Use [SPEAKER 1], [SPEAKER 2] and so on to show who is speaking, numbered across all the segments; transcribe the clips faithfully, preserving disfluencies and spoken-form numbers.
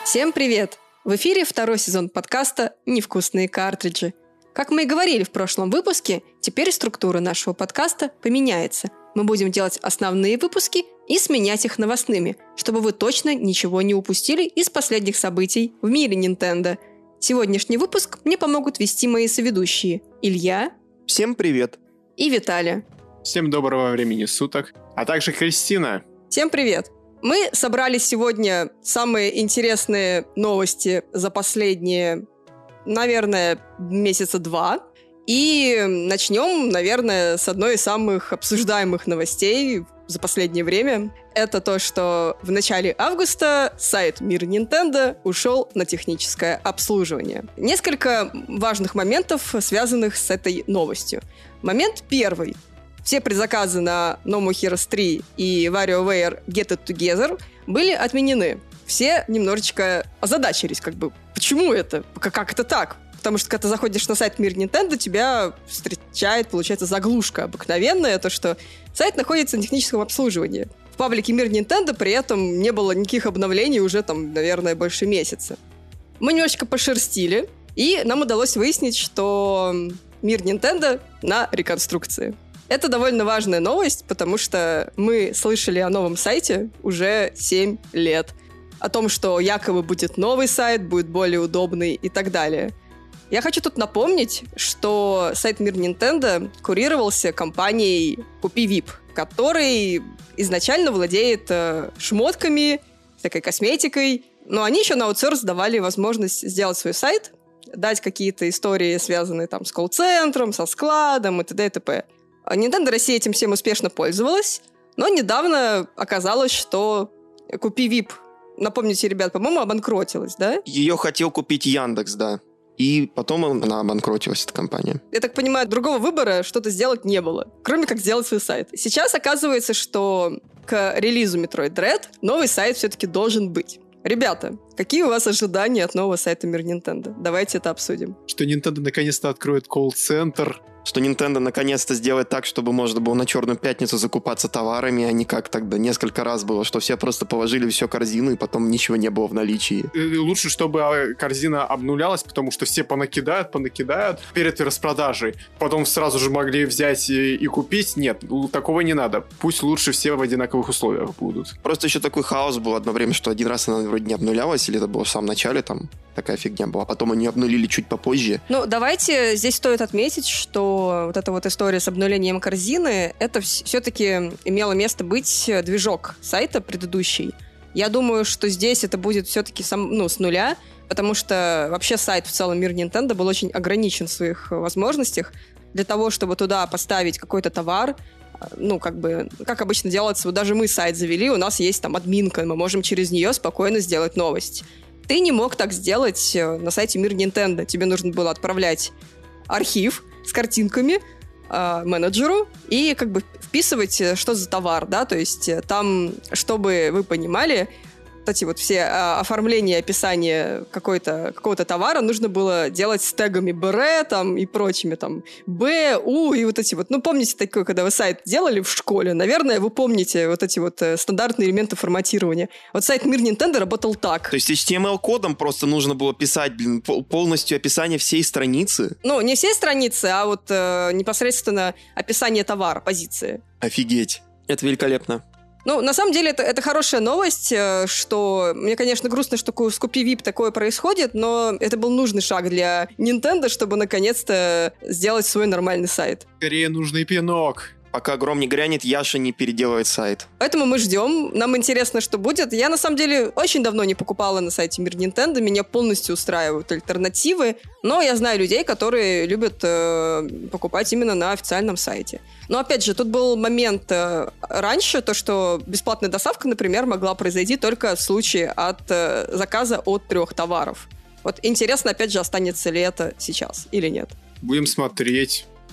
[SPEAKER 1] Всем привет! В эфире второй сезон подкаста «Невкусные картриджи». Как мы и говорили в прошлом выпуске, теперь структура нашего подкаста поменяется. Мы будем делать основные выпуски и сменять их новостными, чтобы вы точно ничего не упустили из последних событий в мире Nintendo. Сегодняшний выпуск мне помогут вести мои соведущие Илья.
[SPEAKER 2] Всем привет.
[SPEAKER 1] И Виталий.
[SPEAKER 3] Всем доброго времени суток. А также Кристина.
[SPEAKER 1] Всем привет. Мы собрали сегодня самые интересные новости за последние, наверное, месяца два. И начнем, наверное, с одной из самых обсуждаемых новостей за последнее время. Это то, что в начале августа сайт Мир Nintendo ушел на техническое обслуживание. Несколько важных моментов, связанных с этой новостью. Момент первый. Все предзаказы на No More Heroes три и WarioWare Get It Together были отменены. Все немножечко озадачились, как бы, почему это? Как это так? Потому что, когда ты заходишь на сайт Мир Nintendo, тебя встречает, получается, заглушка обыкновенная, то, что сайт находится на техническом обслуживании. В паблике Мир Nintendo при этом не было никаких обновлений уже, там, наверное, больше месяца. Мы немножечко пошерстили, и нам удалось выяснить, что Мир Nintendo на реконструкции. Это довольно важная новость, потому что мы слышали о новом сайте уже семь лет. О том, что якобы будет новый сайт, будет более удобный и так далее. Я хочу тут напомнить, что сайт Мир Nintendo курировался компанией Купи.Вип, который изначально владеет э, шмотками, всякой косметикой, но они еще на аутсорс давали возможность сделать свой сайт, дать какие-то истории, связанные там с колл-центром, со складом и т.д. и т.п. Nintendo Россия этим всем успешно пользовалась, но недавно оказалось, что Купи.Вип, напомните, ребят, по-моему, обанкротилась, да?
[SPEAKER 2] Ее хотел купить Яндекс, да. И потом она обанкротилась, эта компания.
[SPEAKER 1] Я так понимаю, другого выбора что-то сделать не было, кроме как сделать свой сайт. Сейчас оказывается, что к релизу Metroid Dread новый сайт все-таки должен быть. Ребята, какие у вас ожидания от нового сайта Мир Nintendo? Давайте это обсудим.
[SPEAKER 3] Что Nintendo наконец-то откроет колл-центр.
[SPEAKER 2] Что Nintendo наконец-то сделает так, чтобы можно было на Черную Пятницу закупаться товарами, а не как тогда несколько раз было, что все просто положили все в корзину, и потом ничего не было в наличии.
[SPEAKER 3] Лучше, чтобы корзина обнулялась, потому что все понакидают, понакидают перед распродажей. Потом сразу же могли взять и, и купить. Нет, такого не надо. Пусть лучше все в одинаковых условиях будут.
[SPEAKER 2] Просто еще такой хаос был одно время, что один раз она вроде не обнулялась, или это было в самом начале, там такая фигня была. Потом они обнулили чуть попозже.
[SPEAKER 1] Ну, давайте здесь стоит отметить, что вот эта вот история с обнулением корзины, это все-таки имело место быть движок сайта предыдущий. Я думаю, что здесь это будет все-таки сам, ну, с нуля, потому что вообще сайт в целом Мир Nintendo был очень ограничен в своих возможностях. Для того, чтобы туда поставить какой-то товар, ну, как бы, как обычно делается, вот даже мы сайт завели, у нас есть там админка, мы можем через нее спокойно сделать новость. Ты не мог так сделать на сайте Мир Nintendo. Тебе нужно было отправлять архив с картинками э, менеджеру и как бы вписывать, что за товар, да, то есть там, чтобы вы понимали, эти вот все э, оформления, описания какой-то, какого-то товара нужно было делать с тегами бэ эр и там, и прочими, там, Б, У и вот эти вот, ну, помните такое, когда вы сайт делали в школе, наверное, вы помните вот эти вот э, стандартные элементы форматирования. Вот сайт Мир Nintendo работал так.
[SPEAKER 2] То есть эйч ти эм эл-кодом просто нужно было писать, блин, полностью описание всей страницы?
[SPEAKER 1] Ну, не всей страницы, а вот э, непосредственно описание товара, позиции.
[SPEAKER 2] Офигеть. Это великолепно.
[SPEAKER 1] Ну, на самом деле, это, это хорошая новость, что... Мне, конечно, грустно, что с Купи.Вип такое происходит, но это был нужный шаг для Nintendo, чтобы наконец-то сделать свой нормальный сайт.
[SPEAKER 3] Скорее нужный пинок.
[SPEAKER 2] Пока гром не грянет, Яша не переделывает сайт.
[SPEAKER 1] Поэтому мы ждем. Нам интересно, что будет. Я, на самом деле, очень давно не покупала на сайте Мир Nintendo. Меня полностью устраивают альтернативы. Но я знаю людей, которые любят э, покупать именно на официальном сайте. Но, опять же, тут был момент э, раньше, то, что бесплатная доставка, например, могла произойти только в случае от э, заказа от трех товаров. Вот интересно, опять же, останется ли это сейчас или нет.
[SPEAKER 3] Будем смотреть.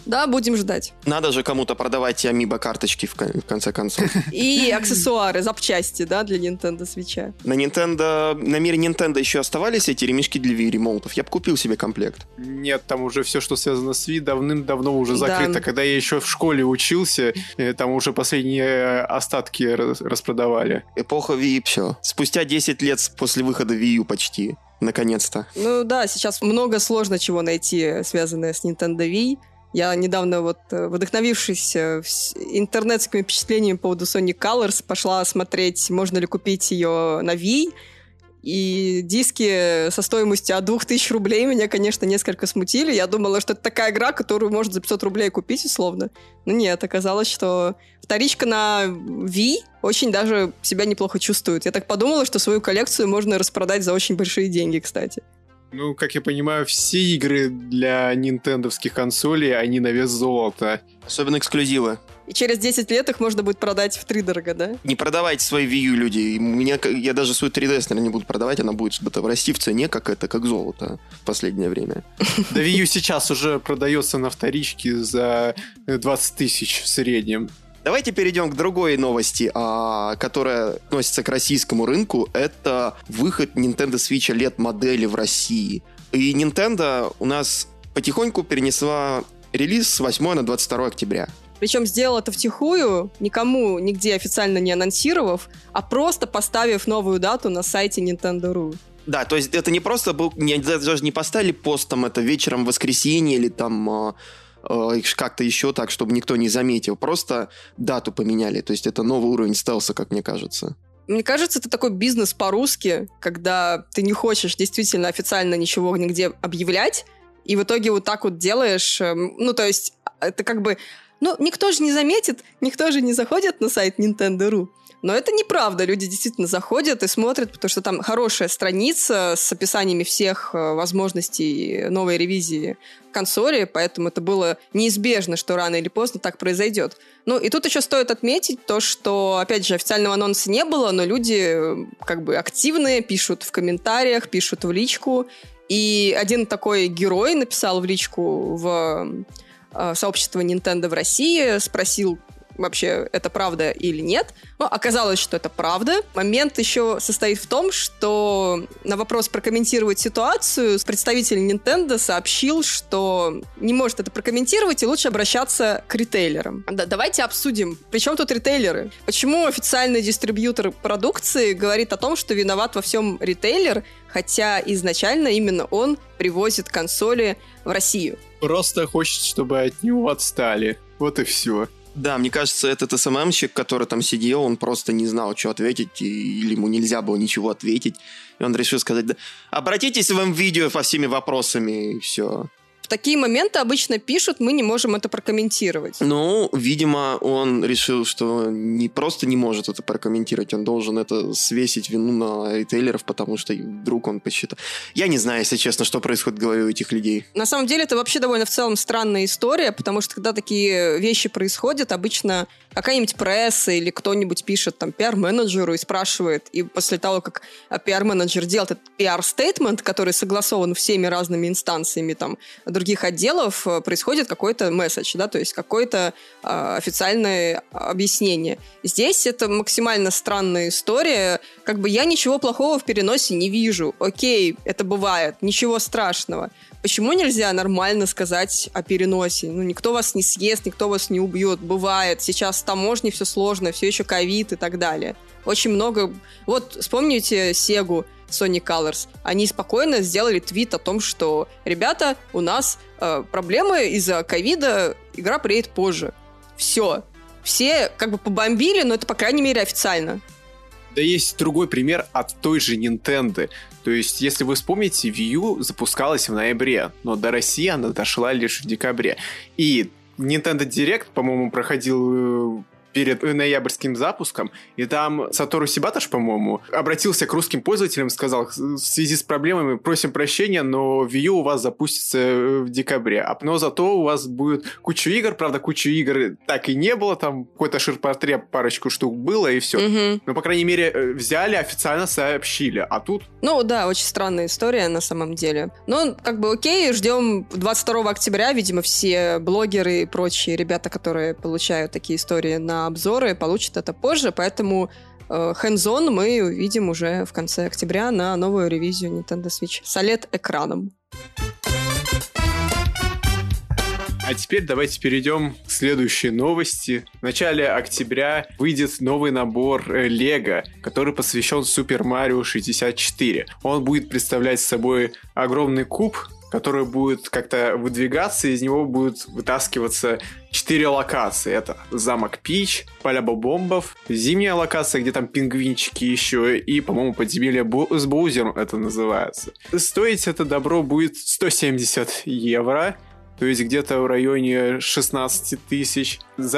[SPEAKER 1] Да, будем ждать.
[SPEAKER 2] Надо же кому-то продавать амибо-карточки в конце концов.
[SPEAKER 1] И аксессуары, запчасти, да, для Nintendo Switch.
[SPEAKER 2] На Nintendo, на мире Nintendo еще оставались эти ремешки для Wii ремоутов? Я бы купил себе комплект.
[SPEAKER 3] Нет, там уже все, что связано с Wii, давным-давно уже закрыто.
[SPEAKER 1] Да.
[SPEAKER 3] Когда я еще в школе учился, там уже последние остатки распродавали.
[SPEAKER 2] Эпоха Wii, все. Спустя десять лет после выхода Wii U почти. Наконец-то.
[SPEAKER 1] Ну да, сейчас много сложно чего найти, связанное с Nintendo Wii. Я недавно, вот, вдохновившись интернетскими впечатлениями по поводу Sonic Colors, пошла смотреть, можно ли купить ее на Wii. И диски со стоимостью от двух тысяч рублей меня, конечно, несколько смутили. Я думала, что это такая игра, которую можно за пятьсот рублей купить, условно. Но нет, оказалось, что вторичка на Wii очень даже себя неплохо чувствует. Я так подумала, что свою коллекцию можно распродать за очень большие деньги, кстати.
[SPEAKER 3] Ну, как я понимаю, все игры для нинтендовских консолей, они на вес золота.
[SPEAKER 2] Особенно эксклюзивы.
[SPEAKER 1] И через десять лет их можно будет продать втридорого, да?
[SPEAKER 2] Не продавайте свои Wii U, люди. Меня, я даже свою три ди эс, наверное, не буду продавать. Она будет расти в цене, как это, как золото в последнее время.
[SPEAKER 3] Да Wii U сейчас уже продается на вторичке за двадцать тысяч в среднем.
[SPEAKER 2] Давайте перейдем к другой новости, а, которая относится к российскому рынку. Это выход Nintendo Switch эл и ди модели в России. И Nintendo у нас потихоньку перенесла релиз с восьмого на двадцать второе октября.
[SPEAKER 1] Причем сделал это втихую, никому нигде официально не анонсировав, а просто поставив новую дату на сайте Nintendo точка ру.
[SPEAKER 2] Да, то есть это не просто был, не, даже не поставили постом это вечером в воскресенье или там... как-то еще так, чтобы никто не заметил. Просто дату поменяли. То есть это новый уровень стелса, как мне кажется.
[SPEAKER 1] Мне кажется, это такой бизнес по-русски, когда ты не хочешь действительно официально ничего нигде объявлять, и в итоге вот так вот делаешь. Ну, то есть это как бы... Ну, никто же не заметит, никто же не заходит на сайт Nintendo точка ру. Но это неправда. Люди действительно заходят и смотрят, потому что там хорошая страница с описаниями всех возможностей новой ревизии консоли, поэтому это было неизбежно, что рано или поздно так произойдет. Ну, и тут еще стоит отметить то, что, опять же, официального анонса не было, но люди как бы активные, пишут в комментариях, пишут в личку. И один такой герой написал в личку в э, сообщество Nintendo в России, спросил, вообще это правда или нет. Но оказалось, что это правда. Момент еще состоит в том, что на вопрос прокомментировать ситуацию представитель Nintendo сообщил, что не может это прокомментировать и лучше обращаться к ритейлерам. Да, давайте обсудим, при чем тут ритейлеры? Почему официальный дистрибьютор продукции говорит о том, что виноват во всем ритейлер, хотя изначально именно он привозит консоли в Россию?
[SPEAKER 3] Просто хочет, чтобы от него отстали. Вот и все.
[SPEAKER 2] Да, мне кажется, этот эс эм эм-щик, который там сидел, он просто не знал, что ответить, или ему нельзя было ничего ответить. И он решил сказать, да, обратитесь в эм-видео по всеми вопросами, и все.
[SPEAKER 1] В такие моменты обычно пишут, мы не можем это прокомментировать.
[SPEAKER 2] Ну, видимо, он решил, что не просто не может это прокомментировать, он должен это свесить вину на ритейлеров, потому что вдруг он посчитал. Я не знаю, если честно, что происходит в голове у этих людей.
[SPEAKER 1] На самом деле, это вообще довольно в целом странная история, потому что когда такие вещи происходят, обычно какая-нибудь пресса или кто-нибудь пишет там пиар-менеджеру и спрашивает, и после того, как пиар-менеджер делает этот пиар-стейтмент, который согласован всеми разными инстанциями там других отделов, происходит какой-то месседж, да, то есть какое-то э, официальное объяснение. Здесь это максимально странная история. Как бы я ничего плохого в переносе не вижу. Окей, это бывает, ничего страшного. Почему нельзя нормально сказать о переносе? Ну, никто вас не съест, никто вас не убьет. Бывает. Сейчас с таможней все сложно, все еще ковид и так далее. Очень много... Вот, вспомните Sega Sonic Colors. Они спокойно сделали твит о том, что, ребята, у нас э, проблемы из-за ковида, игра приедет позже. Все. Все как бы побомбили, но это, по крайней мере, официально.
[SPEAKER 3] Да есть другой пример от той же Nintendo. То есть, если вы вспомните, Wii U запускалась в ноябре, но до России она дошла лишь в декабре. И Nintendo Direct, по-моему, проходил перед ноябрьским запуском, и там Сатору Сибаташ, по-моему, обратился к русским пользователям и сказал: в связи с проблемами просим прощения, но Wii U у вас запустится в декабре, но зато у вас будет куча игр, правда, кучу игр так и не было, там какой-то ширпотреб, парочку штук было, и все. Угу. Но, по крайней мере, взяли, официально сообщили, а тут...
[SPEAKER 1] Ну да, очень странная история на самом деле. Но как бы окей, ждем двадцать второго октября, видимо, все блогеры и прочие ребята, которые получают такие истории на обзоры, получат это позже, поэтому э, hands-on мы увидим уже в конце октября на новую ревизию Nintendo Switch с о лед-экраном.
[SPEAKER 3] А теперь давайте перейдем к следующей новости. В начале октября выйдет новый набор Лего, который посвящен Super Mario шестьдесят четыре. Он будет представлять собой огромный куб, который будет как-то выдвигаться, из него будут вытаскиваться четыре локации. Это замок Пич, поля бомбов, зимняя локация, где там пингвинчики еще, и, по-моему, подземелье Бу- с Боузером это называется. Стоить это добро будет сто семьдесят евро, то есть где-то в районе шестнадцать тысяч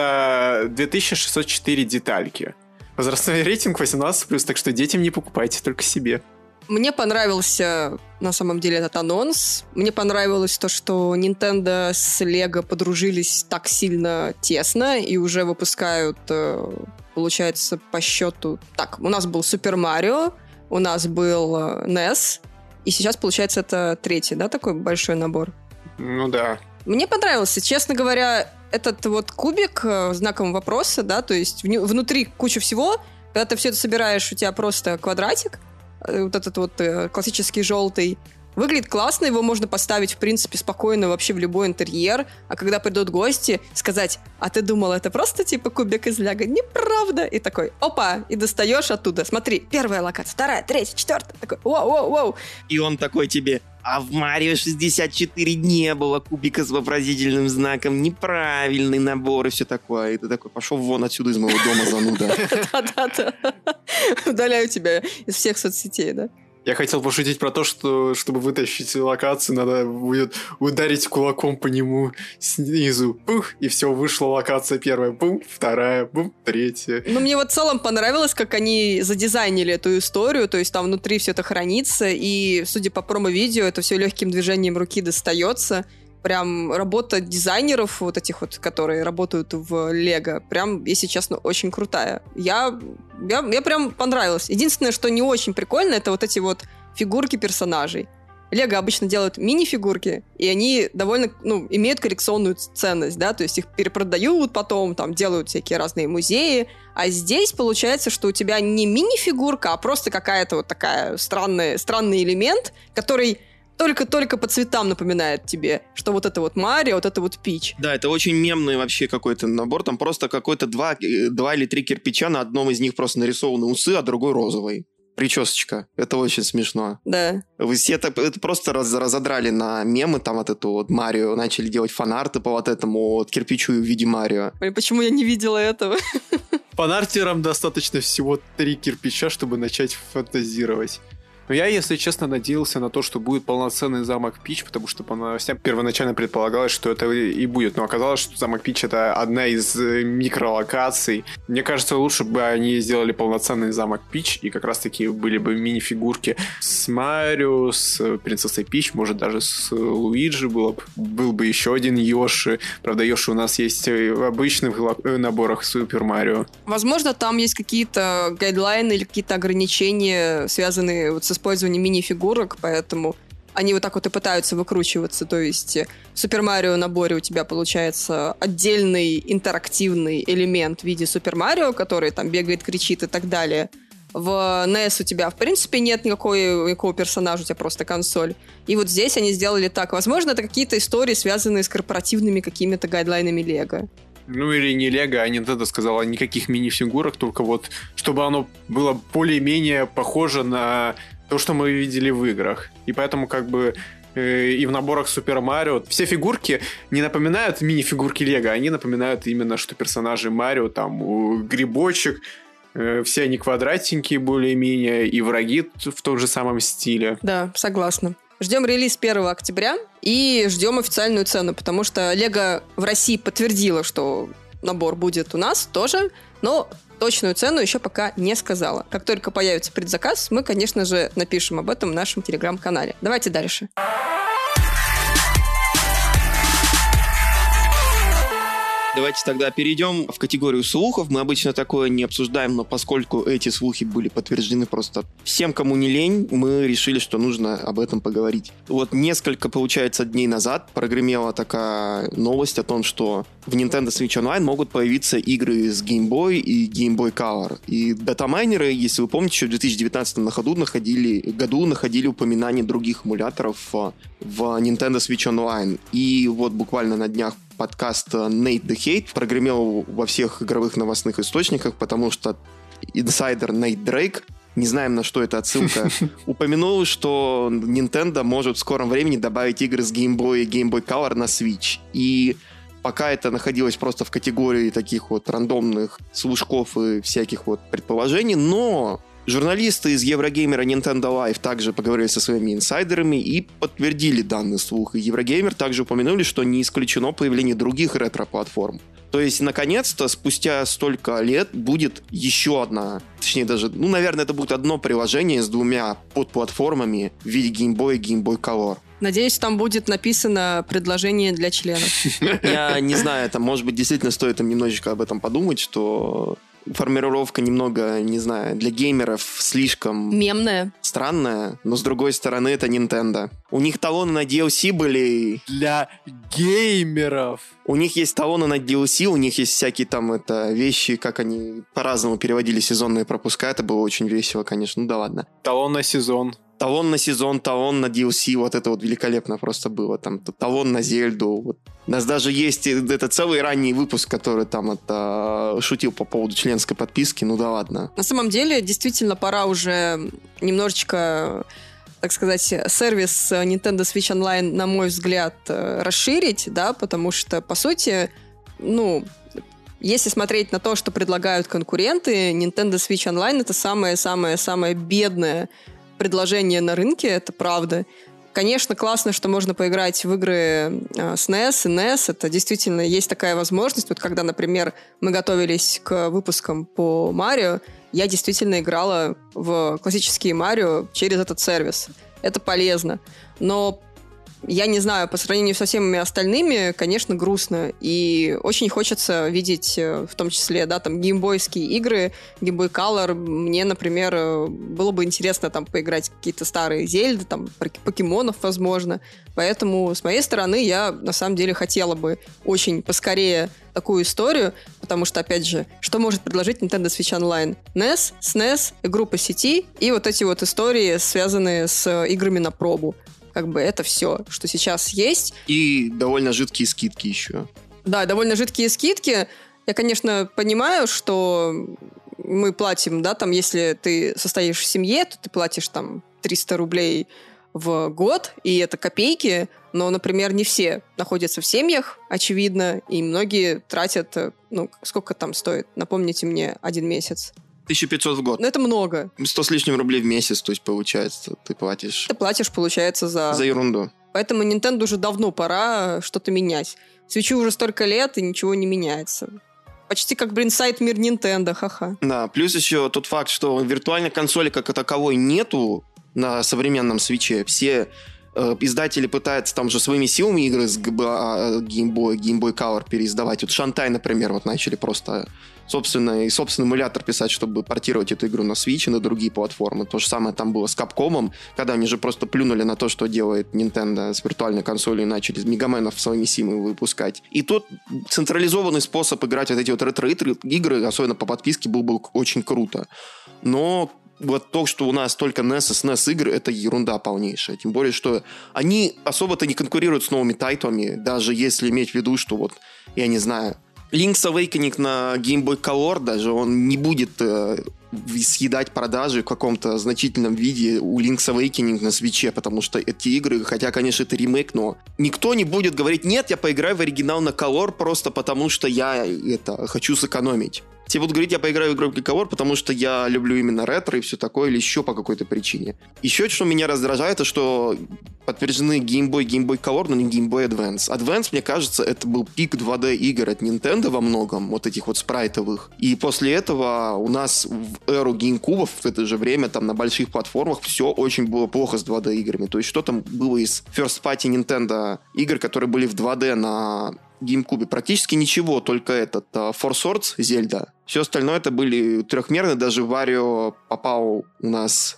[SPEAKER 3] за две тысячи шестьсот четыре детальки. Возрастной рейтинг восемнадцать плюс, так что детям не покупайте, только себе.
[SPEAKER 1] Мне понравился, на самом деле, этот анонс. Мне понравилось то, что Nintendo с Lego подружились так сильно тесно и уже выпускают, получается, по счету... Так, у нас был Super Mario, у нас был эн и эс, и сейчас, получается, это третий, да, такой большой набор?
[SPEAKER 3] Ну да.
[SPEAKER 1] Мне понравился, честно говоря, этот вот кубик знаком вопроса, да, то есть вне- внутри куча всего, когда ты все это собираешь, у тебя просто квадратик, вот этот вот э, классический желтый. Выглядит классно, его можно поставить, в принципе, спокойно вообще в любой интерьер, а когда придут гости, сказать: а ты думал, это просто типа кубик из Лего? Неправда! И такой, опа, и достаешь оттуда. Смотри, первая локация, вторая, третья, четвертая. Такой, воу-воу-воу.
[SPEAKER 2] И он такой тебе: а в Марио шестьдесят четыре не было кубика с вопросительным знаком, неправильный набор и все такое. И ты такой: пошел вон отсюда из моего дома, зануда.
[SPEAKER 1] Да-да-да. Удаляю тебя из всех соцсетей, да?
[SPEAKER 3] Я хотел пошутить про то, что чтобы вытащить локацию, надо будет ударить кулаком по нему снизу. Пух, и все, вышла локация первая. Бум, вторая, бум, третья.
[SPEAKER 1] Ну, мне вот в целом понравилось, как они задизайнили эту историю. То есть там внутри все это хранится, и, судя по промо-видео, это все легким движением руки достается. Прям работа дизайнеров вот этих вот, которые работают в Лего, прям, если честно, очень крутая. Я, я, я прям понравилась. Единственное, что не очень прикольно, это вот эти вот фигурки персонажей. Лего обычно делают мини-фигурки, и они довольно, ну, имеют коррекционную ценность, да, то есть их перепродают потом, там, делают всякие разные музеи, а здесь получается, что у тебя не мини-фигурка, а просто какая-то вот такая странная, странный элемент, который... только-только по цветам напоминает тебе, что вот это вот Марио, вот это вот Пич.
[SPEAKER 2] Да, это очень мемный вообще какой-то набор. Там просто какой-то два, два или три кирпича, на одном из них просто нарисованы усы, а другой розовый. Причесочка. Это очень смешно.
[SPEAKER 1] Да.
[SPEAKER 2] Вы все это, это просто раз, разодрали на мемы, там вот эту вот Марио, начали делать фанарты по вот этому вот кирпичу в виде Марио.
[SPEAKER 1] Ой, почему я не видела этого?
[SPEAKER 3] Фанартерам достаточно всего три кирпича, чтобы начать фантазировать. Но я, если честно, надеялся на то, что будет полноценный замок Пич, потому что по новостям первоначально предполагалось, что это и будет. Но оказалось, что замок Пич — это одна из микролокаций. Мне кажется, лучше бы они сделали полноценный замок Пич, и как раз-таки были бы мини-фигурки с Марио, с принцессой Пич, может, даже с Луиджи было бы. Был бы еще один Йоши. Правда, Йоши у нас есть в обычных наборах Супер Марио.
[SPEAKER 1] Возможно, там есть какие-то гайдлайны или какие-то ограничения, связанные вот с использованием мини-фигурок, поэтому они вот так вот и пытаются выкручиваться. То есть в Супер Марио наборе у тебя получается отдельный интерактивный элемент в виде Супер Марио, который там бегает, кричит и так далее. В эн и эс у тебя, в принципе, нет никакой, никакого персонажа, у тебя просто консоль. И вот здесь они сделали так. Возможно, это какие-то истории, связанные с корпоративными какими-то гайдлайнами Лего.
[SPEAKER 3] Ну или не Лего, а Nintendo сказала никаких мини-фигурок, только вот чтобы оно было более-менее похоже на то, что мы видели в играх. И поэтому как бы э, и в наборах Супер Марио все фигурки не напоминают мини-фигурки Лего, они напоминают именно, что персонажи Марио, там грибочек, э, все они квадратненькие более-менее, и враги в том же самом стиле.
[SPEAKER 1] Да, согласна. Ждем релиз первого октября и ждем официальную цену, потому что Лего в России подтвердила, что набор будет у нас тоже, но точную цену еще пока не сказала. Как только появится предзаказ, мы, конечно же, напишем об этом в нашем телеграм-канале. Давайте дальше.
[SPEAKER 2] Давайте тогда перейдем в категорию слухов. Мы обычно такое не обсуждаем, но поскольку эти слухи были подтверждены просто всем, кому не лень, мы решили, что нужно об этом поговорить. Вот несколько, получается, дней назад прогремела такая новость о том, что в Nintendo Switch Online могут появиться игры с Game Boy и Game Boy Color. И датамайнеры, если вы помните, еще в две тысячи девятнадцатом на ходу находили, году находили упоминания других эмуляторов в Nintendo Switch Online. И вот буквально на днях подкаст Nate the Hate прогремел во всех игровых новостных источниках, потому что инсайдер Нейт Дрейк, не знаем, на что это отсылка, упомянул, что Nintendo может в скором времени добавить игры с Game Boy и Game Boy Color на Switch. И пока это находилось просто в категории таких вот рандомных слушков и всяких вот предположений, но журналисты из Еврогеймера Nintendo Live также поговорили со своими инсайдерами и подтвердили данный слух. И Еврогеймер также упомянули, что не исключено появление других ретро-платформ. То есть, наконец-то, спустя столько лет будет еще одна, точнее даже, ну, наверное, это будет одно приложение с двумя подплатформами в виде Game Boy и Game Boy Color.
[SPEAKER 1] Надеюсь, там будет написано предложение для членов.
[SPEAKER 2] Я не знаю, это, может быть, действительно стоит им немножечко об этом подумать, что формулировка немного, не знаю, для геймеров слишком
[SPEAKER 1] мемная,
[SPEAKER 2] странная, но с другой стороны это Nintendo. У них талоны на ди эл си были...
[SPEAKER 3] Для геймеров.
[SPEAKER 2] У них есть талоны на ди эл си, у них есть всякие там это вещи, как они по-разному переводили сезонные пропуска, это было очень весело, конечно, ну да ладно.
[SPEAKER 3] Талон на сезон.
[SPEAKER 2] Талон на сезон, талон на ди эл си, вот это вот великолепно просто было. Там талон на Зельду. Вот. У нас даже есть это целый ранний выпуск, который там это, шутил по поводу членской подписки, ну да ладно.
[SPEAKER 1] На самом деле, действительно, пора уже немножечко, так сказать, сервис Nintendo Switch Online, на мой взгляд, расширить, да, потому что, по сути, ну... Если смотреть на то, что предлагают конкуренты, Nintendo Switch Online — это самое-самое-самое бедное предложение на рынке, это правда. Конечно, классно, что можно поиграть в игры с эн и эс и эн и эс. Это действительно есть такая возможность. Вот когда, например, мы готовились к выпускам по Марио, я действительно играла в классические Марио через этот сервис. Это полезно. Но я не знаю, по сравнению со всеми остальными, конечно, грустно. И очень хочется видеть, в том числе, да, там, геймбойские игры, Game Boy Color. Мне, например, было бы интересно там поиграть в какие-то старые Зельды, там, покемонов, возможно. Поэтому, с моей стороны, я, на самом деле, хотела бы очень поскорее такую историю, потому что, опять же, что может предложить Nintendo Switch Online? эн и эс, эс эн и эс, игру по сети и вот эти вот истории, связанные с играми на пробу. Как бы это все, что сейчас есть.
[SPEAKER 2] И довольно жидкие скидки еще.
[SPEAKER 1] Да, довольно жидкие скидки. Я, конечно, понимаю, что мы платим, да, там, если ты состоишь в семье, то ты платишь там триста рублей в год, и это копейки, но, например, не все находятся в семьях, очевидно, и многие тратят, ну, сколько там стоит, напомните мне, один месяц.
[SPEAKER 2] тысяча пятьсот в год.
[SPEAKER 1] Ну, это много.
[SPEAKER 2] сто с лишним рублей в месяц, то есть, получается, ты платишь...
[SPEAKER 1] Ты платишь, получается, за...
[SPEAKER 2] За ерунду.
[SPEAKER 1] Поэтому Nintendo уже давно пора что-то менять. Свитчу уже столько лет, и ничего не меняется. Почти как, блин, сайт «Мир Nintendo», ха-ха.
[SPEAKER 2] Да, плюс еще тот факт, что виртуальной консоли как таковой нету на современном свитче. Все э, издатели пытаются там же своими силами игры с Game Boy, Game Boy Color переиздавать. Вот Shantae, например, вот начали просто... собственный, собственный эмулятор писать, чтобы портировать эту игру на Switch и на другие платформы. То же самое там было с Capcom, когда они же просто плюнули на то, что делает Nintendo с виртуальной консолью, и начали Мегаменов своими силами выпускать. И тут централизованный способ играть вот эти вот ретро-игры, особенно по подписке, был бы очень круто. Но вот то, что у нас только эн и эс и эс эн и эс игры, это ерунда полнейшая. Тем более, что они особо-то не конкурируют с новыми тайтлами, даже если иметь в виду, что вот, я не знаю, Link's Awakening на Game Boy Color даже, он не будет э, съедать продажи в каком-то значительном виде у Link's Awakening на Switch'е, потому что эти игры, хотя, конечно, это ремейк, но никто не будет говорить, нет, я поиграю в оригинал на Color просто потому, что я это хочу сэкономить. Тебе будут говорить, я поиграю в игру Color, потому что я люблю именно ретро и все такое, или еще по какой-то причине. Еще что меня раздражает, это что подтверждены Game Boy, Game Boy Color, но не Game Boy Advance. Advance, мне кажется, это был пик два дэ игр от Nintendo во многом, вот этих вот спрайтовых. И после этого у нас в эру GameCube в это же время там на больших платформах все очень было плохо с два дэ играми. То есть что там было из First Party Nintendo игр, которые были в два дэ на GameCube? Практически ничего, только этот uh, Four Swords, Зельда. Все остальное это были трехмерные, даже Wario попал у нас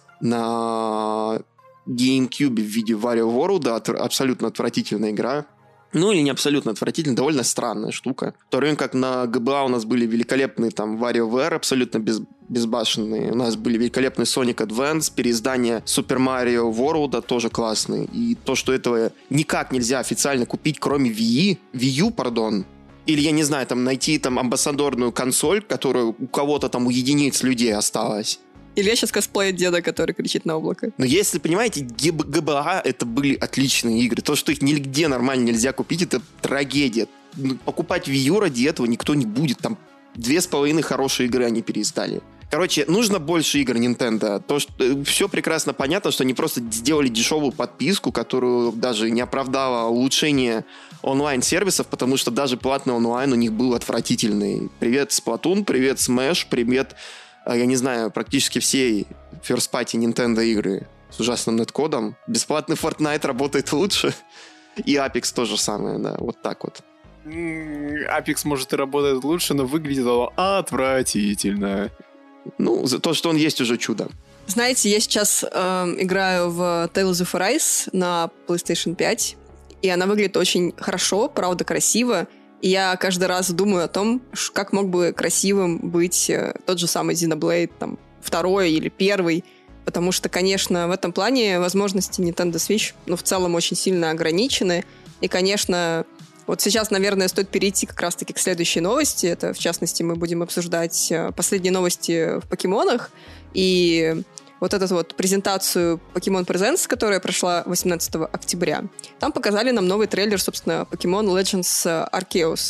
[SPEAKER 2] на GameCube в виде Wario World, от, абсолютно отвратительная игра. Ну, или не абсолютно отвратительная, довольно странная штука. В то время как на джи би эй у нас были великолепные там WarioWare, абсолютно без, безбашенные. У нас были великолепные Sonic Advance, переиздание Super Mario World тоже классные. И то, что этого никак нельзя официально купить, кроме Wii, Wii U, пардон, или, я не знаю, там найти там амбассадорную консоль, которая у кого-то там у единиц людей осталась.
[SPEAKER 1] Или я сейчас косплею деда, который кричит на облако.
[SPEAKER 2] Но если, понимаете, джи би эй это были отличные игры. То, что их нигде нормально нельзя купить, это трагедия. Покупать Wii U ради этого никто не будет. Там две с половиной хорошие игры они переиздали. Короче, нужно больше игр Nintendo. То, что, все прекрасно понятно, что они просто сделали дешевую подписку, которую даже не оправдала улучшение онлайн-сервисов, потому что даже платный онлайн у них был отвратительный. Привет, Splatoon, привет, Smash, привет... я не знаю, практически все First Party Nintendo игры с ужасным неткодом. Бесплатный Fortnite работает лучше. И Apex то же самое, да, вот так вот.
[SPEAKER 3] Apex, может, и работает лучше, но выглядит он отвратительно.
[SPEAKER 2] Ну, за то, что он есть, уже чудо.
[SPEAKER 1] Знаете, я сейчас э, играю в Tales of Arise на PlayStation пять, и она выглядит очень хорошо, правда, красиво. И я каждый раз думаю о том, как мог бы красивым быть э, тот же самый Xenoblade, там, второй или первый. Потому что, конечно, в этом плане возможности Nintendo Switch, ну, в целом очень сильно ограничены. И, конечно, вот сейчас, наверное, стоит перейти как раз-таки к следующей новости. Это, в частности, мы будем обсуждать последние новости в покемонах. И вот эту вот презентацию Pokemon Presents, которая прошла восемнадцатого октября. Там показали нам новый трейлер, собственно, Pokemon Legends Arceus.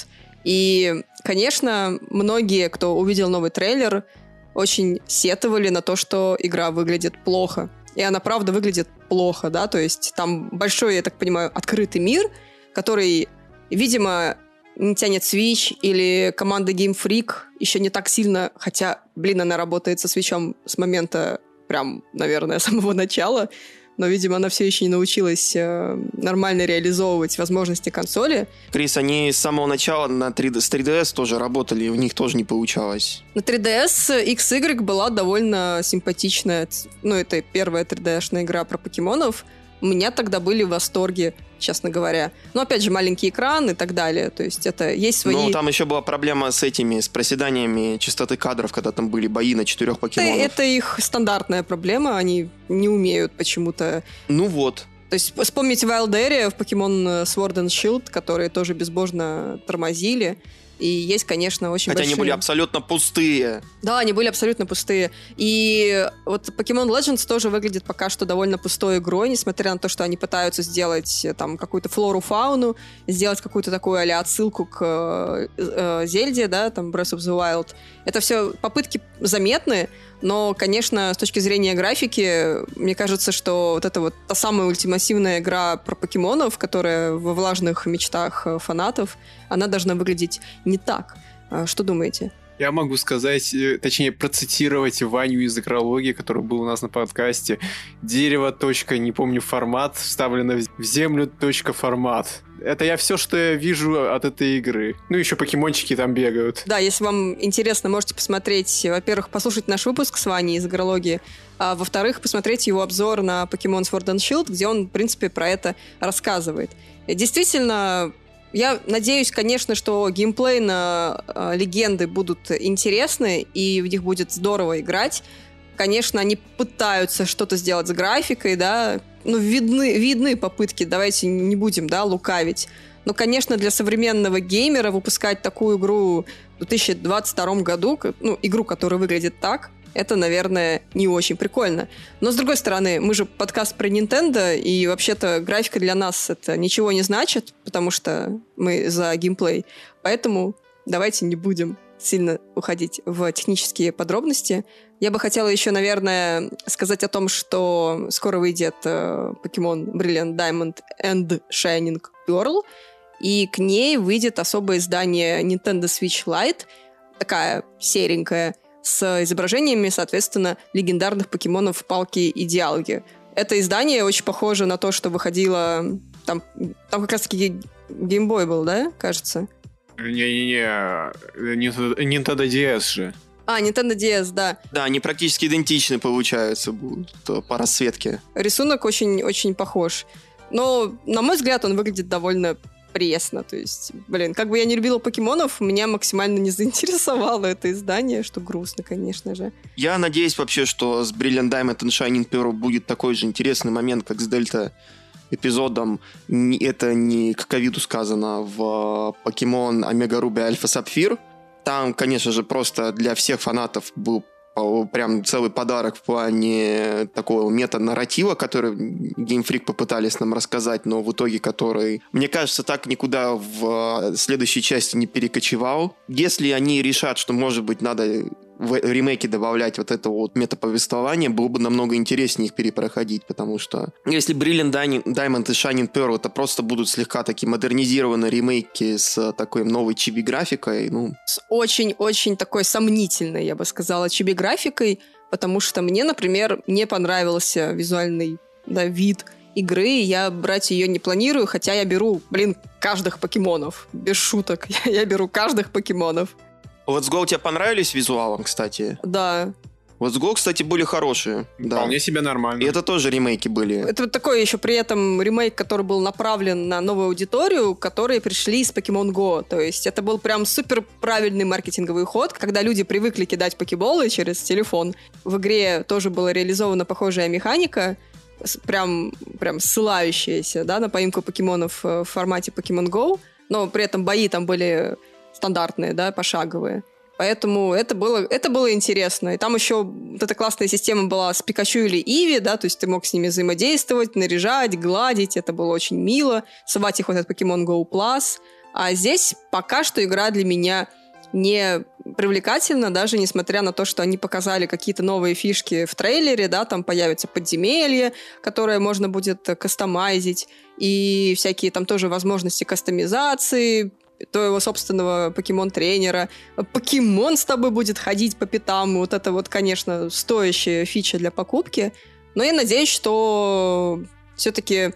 [SPEAKER 1] И, конечно, многие, кто увидел новый трейлер, очень сетовали на то, что игра выглядит плохо. И она, правда, выглядит плохо, да, то есть там большой, я так понимаю, открытый мир, который, видимо, не тянет Switch, или команда Game Freak еще не так сильно, хотя, блин, она работает со Switch'ом с момента прям, наверное, с самого начала, но, видимо, она все еще не научилась э, нормально реализовывать возможности консоли.
[SPEAKER 2] Крис, они с самого начала на три дэ, с три ди эс тоже работали, и у них тоже не получалось.
[SPEAKER 1] На три ди эс икс игрек была довольно симпатичная, ну, это первая три дэ эшная игра про покемонов. У меня тогда были в восторге, честно говоря. Но, опять же, маленький экран и так далее. То есть это есть свои...
[SPEAKER 2] Ну, там еще была проблема с этими, с проседаниями частоты кадров, когда там были бои на четырех покемонов.
[SPEAKER 1] Это, это их стандартная проблема. Они не умеют почему-то...
[SPEAKER 2] Ну вот.
[SPEAKER 1] То есть вспомните Wild Area в Pokemon Sword and Shield, которые тоже безбожно тормозили. И есть, конечно, очень
[SPEAKER 2] Хотя
[SPEAKER 1] большие...
[SPEAKER 2] они были абсолютно пустые.
[SPEAKER 1] Да, они были абсолютно пустые. И вот Pokemon Legends тоже выглядит пока что довольно пустой игрой, несмотря на то, что они пытаются сделать там какую-то флору-фауну, сделать какую-то такую а-ля отсылку к э, э, Зельде, да, там Breath of the Wild. Это все попытки заметны, но, конечно, с точки зрения графики, мне кажется, что вот это вот та самая ультимативная игра про покемонов, которая во влажных мечтах фанатов, она должна выглядеть не так. Что думаете?
[SPEAKER 3] Я могу сказать, точнее, процитировать Ваню из игрологии, который был у нас на подкасте. Дерево, точка, не помню, формат, вставлено в землю, точка, формат. Это я все, что я вижу от этой игры. Ну, еще покемончики там бегают.
[SPEAKER 1] Да, если вам интересно, можете посмотреть, во-первых, послушать наш выпуск с Ваней из игрологии, а во-вторых, посмотреть его обзор на Pokemon Sword and Shield, где он, в принципе, про это рассказывает. И действительно... Я надеюсь, конечно, что геймплей на э, легенды будут интересны, и в них будет здорово играть. Конечно, они пытаются что-то сделать с графикой, да, ну, видны, видны попытки, давайте не будем, да, лукавить. Но, конечно, для современного геймера выпускать такую игру в две тысячи двадцать втором году, ну, игру, которая выглядит так, это, наверное, не очень прикольно. Но, с другой стороны, мы же подкаст про Nintendo, и вообще-то графика для нас это ничего не значит, потому что мы за геймплей. Поэтому давайте не будем сильно уходить в технические подробности. Я бы хотела еще, наверное, сказать о том, что скоро выйдет э, Pokemon Brilliant Diamond and Shining Pearl, и к ней выйдет особое издание Nintendo Switch Lite, такая серенькая, с изображениями, соответственно, легендарных покемонов Палки и Диалги. Это издание очень похоже на то, что выходило... Там, там как раз-таки геймбой был, да, кажется?
[SPEAKER 3] Не-не-не, Nintendo ди эс же.
[SPEAKER 1] А, Nintendo ди эс, да.
[SPEAKER 2] Да, они практически идентичны, получаются, будут по расцветке.
[SPEAKER 1] Рисунок очень-очень похож. Но, на мой взгляд, он выглядит довольно пресно. То есть, блин, как бы я не любила покемонов, меня максимально не заинтересовало это издание, что грустно, конечно же.
[SPEAKER 2] Я надеюсь вообще, что с Brilliant Diamond and Shining Pearl будет такой же интересный момент, как с Дельта эпизодом. Это не к ковиду сказано в Покемон Омега Руби Альфа Сапфир. Там, конечно же, просто для всех фанатов был прям целый подарок в плане такого мета-нарратива, который Game Freak попытались нам рассказать, но в итоге который, мне кажется, так никуда в следующей части не перекочевал. Если они решат, что, может быть, надо в ремейке добавлять вот это вот метаповествование, было бы намного интереснее их перепроходить, потому что если Brilliant Diamond и Shining Pearl это просто будут слегка такие модернизированные ремейки с такой новой чиби-графикой, ну...
[SPEAKER 1] С очень-очень такой сомнительной, я бы сказала, чиби-графикой, потому что мне, например, не понравился визуальный, да, вид игры, я брать ее не планирую, хотя я беру, блин, каждых покемонов, без шуток, я, я беру каждых покемонов.
[SPEAKER 2] Let's Go тебе понравились визуалом, кстати?
[SPEAKER 1] Да.
[SPEAKER 2] Let's Go, кстати, были хорошие.
[SPEAKER 3] Вполне
[SPEAKER 2] да.
[SPEAKER 3] себе нормально.
[SPEAKER 2] И это тоже ремейки были.
[SPEAKER 1] Это вот такой еще при этом ремейк, который был направлен на новую аудиторию, которые пришли из Pokemon Go. То есть это был прям супер правильный маркетинговый ход, когда люди привыкли кидать покеболы через телефон. В игре тоже была реализована похожая механика, прям, прям ссылающаяся, да, на поимку покемонов в формате Pokemon Go, но при этом бои там были стандартные, да, пошаговые. Поэтому это было, это было интересно. И там еще вот эта классная система была с Пикачу или Иви, да, то есть ты мог с ними взаимодействовать, наряжать, гладить, это было очень мило. Совать их в этот Pokemon Go Plus. А здесь пока что игра для меня не привлекательна, даже несмотря на то, что они показали какие-то новые фишки в трейлере, да, там появятся подземелья, которые можно будет кастомайзить, и всякие там тоже возможности кастомизации, твоего собственного покемон-тренера. Покемон с тобой будет ходить по пятам. Вот это вот, конечно, стоящая фича для покупки. Но я надеюсь, что все-таки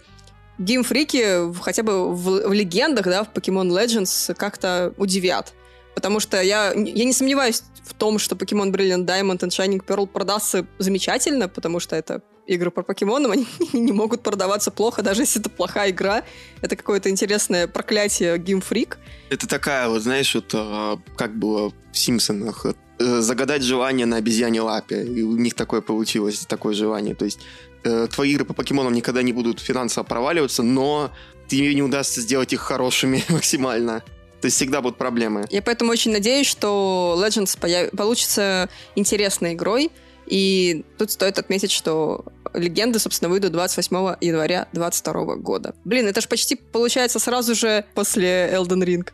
[SPEAKER 1] геймфрики хотя бы в, в легендах, да, в Pokemon Legends как-то удивят. Потому что я, я не сомневаюсь в том, что Pokemon Brilliant Diamond and Shining Pearl продастся замечательно, потому что это игры про покемонов, они не могут продаваться плохо, даже если это плохая игра. Это какое-то интересное проклятие Game Freak.
[SPEAKER 2] Это такая вот, знаешь, вот как было в Симпсонах, загадать желание на обезьяне лапе. И у них такое получилось, такое желание. То есть твои игры по покемонам никогда не будут финансово проваливаться, но тебе не удастся сделать их хорошими максимально. То есть всегда будут проблемы. Я
[SPEAKER 1] поэтому очень надеюсь, что Legends появ... получится интересной игрой. И тут стоит отметить, что легенды, собственно, выйдут двадцать восьмого января двадцать второго года. Блин, это ж почти получается сразу же после Elden Ring.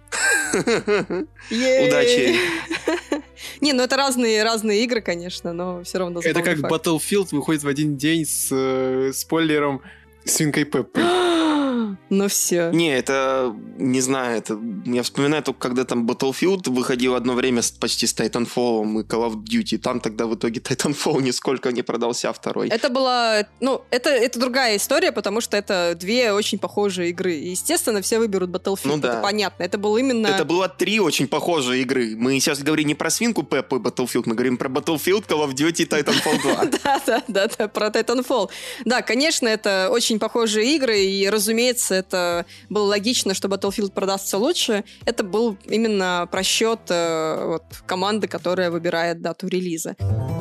[SPEAKER 2] Удачи!
[SPEAKER 1] Не, ну это разные, разные игры, конечно, но все равно
[SPEAKER 3] это как факт. Battlefield выходит в один день с э, спойлером Свинкой Пеппой.
[SPEAKER 1] Ну все.
[SPEAKER 2] Не, это, не знаю, это я вспоминаю только, когда там Battlefield выходил одно время с, почти с Titanfall и Call of Duty. Там тогда в итоге Titanfall нисколько не продался второй.
[SPEAKER 1] Это была, ну, это, это другая история, потому что это две очень похожие игры. И, естественно, все выберут Battlefield, ну, да. Это понятно. Это было именно...
[SPEAKER 2] Это было три очень похожие игры. Мы сейчас говорим не про Свинку Пеппу и Battlefield, мы говорим про Battlefield, Call of Duty и Titanfall два.
[SPEAKER 1] Да-да-да, про Titanfall. Да, конечно, это очень похожие игры, и, разумеется, это было логично, что Battlefield продастся лучше. Это был именно просчет э, вот, команды, которая выбирает дату релиза.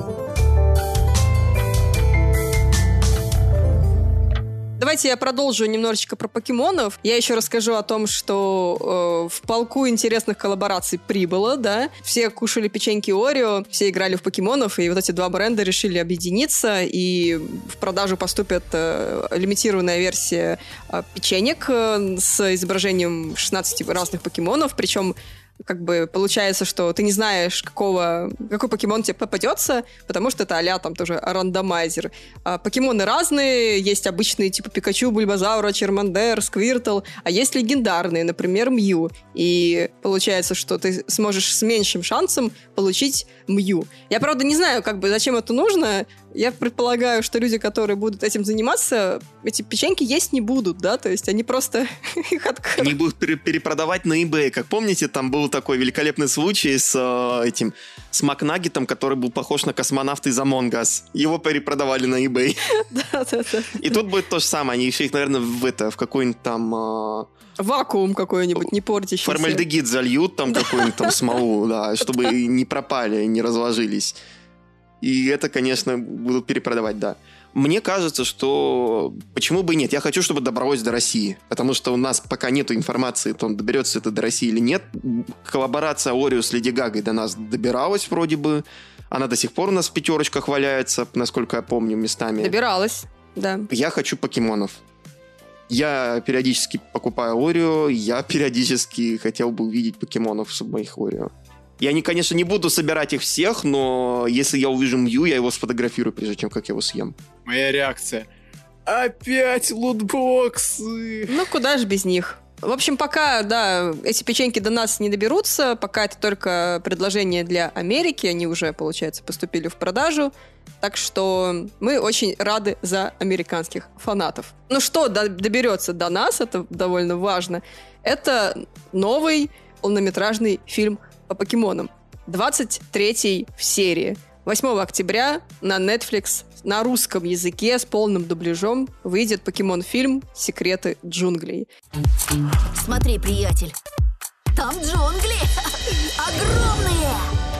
[SPEAKER 1] Давайте я продолжу немножечко про покемонов. Я еще расскажу о том, что э, в полку интересных коллабораций прибыло, да. Все кушали печеньки Орео, все играли в покемонов, и вот эти два бренда решили объединиться, и в продажу поступит э, лимитированная версия э, печенек э, с изображением шестнадцати разных покемонов, причем как бы получается, что ты не знаешь, какого, какой покемон тебе попадется, потому что это а-ля там тоже рандомайзер. А покемоны разные, есть обычные типа Пикачу, Бульбазаура, Чермандер, Сквиртл, а есть легендарные, например, Мью. И получается, что ты сможешь с меньшим шансом получить Мью. Я, правда, не знаю, как бы, зачем это нужно. Я предполагаю, что люди, которые будут этим заниматься, эти печеньки есть не будут, да? То есть они просто их откроют.
[SPEAKER 2] Они будут пере- перепродавать на eBay. Как помните, там был такой великолепный случай с э, этим, с Макнаггетом, который был похож на космонавта из Among Us. Его перепродавали на eBay.
[SPEAKER 1] Да-да-да.
[SPEAKER 2] И тут будет то же самое. Они еще их, наверное, в это, в какой-нибудь там... Э,
[SPEAKER 1] вакуум какой-нибудь, не портящийся.
[SPEAKER 2] Формальдегид зальют, там какую-нибудь там смолу, да, чтобы не пропали, не разложились. И это, конечно, будут перепродавать, да. Мне кажется, что почему бы и нет. Я хочу, чтобы добралось до России. Потому что у нас пока нету информации, то доберется это до России или нет. Коллаборация Орео с Леди Гагой до нас добиралась вроде бы. Она до сих пор у нас в пятерочках валяется, насколько я помню, местами.
[SPEAKER 1] Добиралась, да.
[SPEAKER 2] Я хочу покемонов. Я периодически покупаю Орео. Я периодически хотел бы увидеть покемонов в моих Орео. Я, не, конечно, не буду собирать их всех, но если я увижу Мью, я его сфотографирую, прежде чем как я его съем.
[SPEAKER 3] Моя реакция. Опять лутбоксы!
[SPEAKER 1] Ну, куда же без них? В общем, пока, да, эти печеньки до нас не доберутся, пока это только предложение для Америки, они уже, получается, поступили в продажу, так что мы очень рады за американских фанатов. Ну что доберется до нас, это довольно важно, это новый полнометражный фильм по покемонам. двадцать третий в серии. восьмого октября на Netflix на русском языке с полным дубляжом выйдет покемон-фильм «Секреты джунглей».
[SPEAKER 4] Смотри, приятель, там джунгли огромные!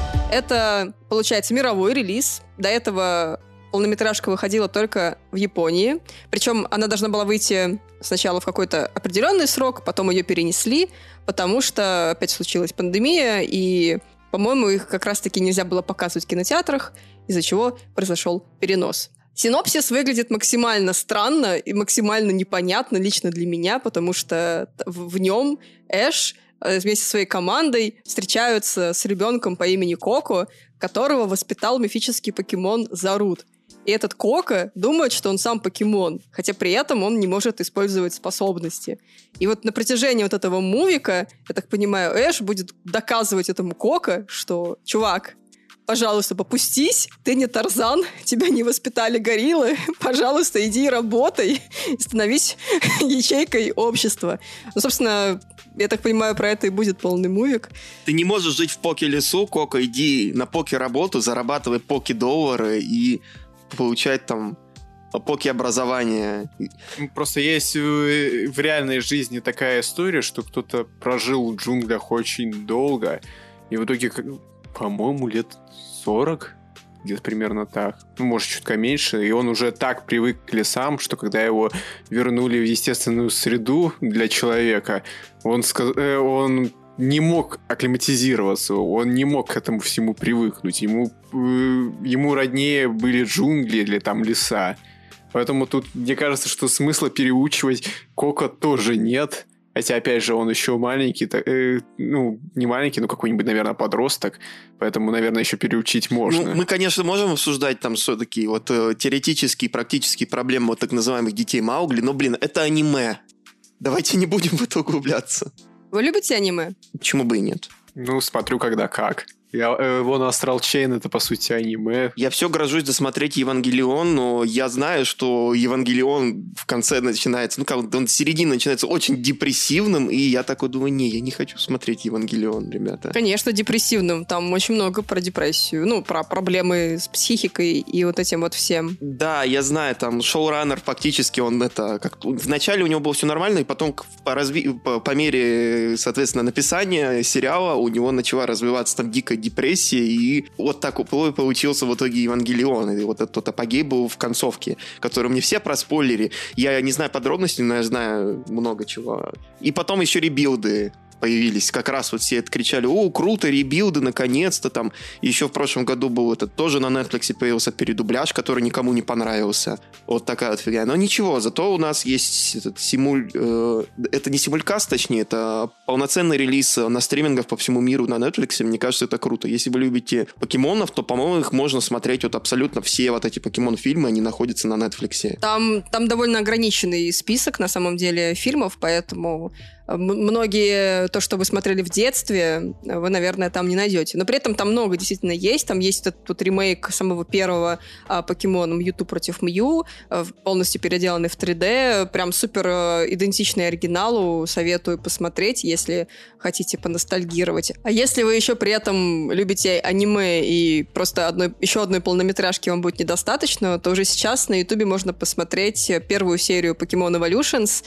[SPEAKER 1] Это, получается, мировой релиз. До этого полнометражка выходила только в Японии. Причем она должна была выйти сначала в какой-то определенный срок, потом ее перенесли, потому что опять случилась пандемия, и, по-моему, их как раз-таки нельзя было показывать в кинотеатрах, из-за чего произошел перенос. Синопсис выглядит максимально странно и максимально непонятно лично для меня, потому что в нем Эш вместе со своей командой встречаются с ребенком по имени Коко, которого воспитал мифический покемон Зарут. И этот Коко думает, что он сам покемон, хотя при этом он не может использовать способности. И вот на протяжении вот этого мувика, я так понимаю, Эш будет доказывать этому Коко, что, чувак, пожалуйста, попустись, ты не Тарзан, тебя не воспитали гориллы, пожалуйста, иди работай и становись ячейкой общества. Ну, собственно, я так понимаю, про это и будет полный мувик.
[SPEAKER 2] Ты не можешь жить в поке-лесу, Коко, иди на поке-работу, зарабатывай поке-доллары и получать там поке-образование.
[SPEAKER 3] Просто есть в реальной жизни такая история, что кто-то прожил в джунглях очень долго, и в итоге, по-моему, лет сорок, где-то примерно так, ну, может, чутка меньше, и он уже так привык к лесам, что когда его вернули в естественную среду для человека, он, сказ... он не мог акклиматизироваться, он не мог к этому всему привыкнуть. Ему, ему роднее были джунгли или там леса. Поэтому тут, мне кажется, что смысла переучивать Коко тоже нет. Хотя, опять же, он еще маленький, э, ну, не маленький, но какой-нибудь, наверное, подросток, поэтому, наверное, еще переучить можно.
[SPEAKER 2] Ну, мы, конечно, можем обсуждать там все-таки вот э, теоретические, практические проблемы вот так называемых детей Маугли, но, блин, это аниме. Давайте не будем в это углубляться.
[SPEAKER 1] Вы любите аниме?
[SPEAKER 2] Почему бы и нет?
[SPEAKER 3] Ну, смотрю, когда как. Я, э, вон Астрал Чейн — это, по сути, аниме.
[SPEAKER 2] Я все грожусь досмотреть Евангелион, но я знаю, что Евангелион в конце начинается, ну как, он середина начинается очень депрессивным, и я такой думаю, не, я не хочу смотреть Евангелион, ребята.
[SPEAKER 1] Конечно, депрессивным. Там очень много про депрессию, ну, про проблемы с психикой и вот этим вот всем.
[SPEAKER 2] Да, я знаю, там шоураннер фактически, он это, как вначале у него было все нормально, и потом по, разви... по, по мере, соответственно, написания сериала у него начала развиваться там дикая депрессия, и вот так получился в итоге Евангелион. И вот этот тот апогей был в концовке, который мне все проспойлери. Я не знаю подробностей, но я знаю много чего. И потом еще ребилды. появились. Как раз вот все это кричали: о, круто, ребилды, наконец-то там. Еще в прошлом году был этот, тоже на Netflix появился передубляж, который никому не понравился. Вот такая вот фигня. Но ничего, зато у нас есть этот симуль... Э, это не симулькаст, точнее, это полноценный релиз на стримингах по всему миру на Netflix. Мне кажется, это круто. Если вы любите покемонов, то, по-моему, их можно смотреть вот абсолютно все вот эти покемон-фильмы, они находятся на Netflix.
[SPEAKER 1] Там, там довольно ограниченный список, на самом деле, фильмов, поэтому многие, то, что вы смотрели в детстве, вы, наверное, там не найдете. Но при этом там много действительно есть. Там есть этот вот ремейк самого первого а, покемона Мьюту против Мью, а, полностью переделанный в три дэ, прям супер а, идентичный оригиналу. Советую посмотреть, если хотите поностальгировать. А если вы еще при этом любите аниме и просто одной, еще одной полнометражки вам будет недостаточно, то уже сейчас на Ютубе можно посмотреть первую серию Pokemon Evolutions.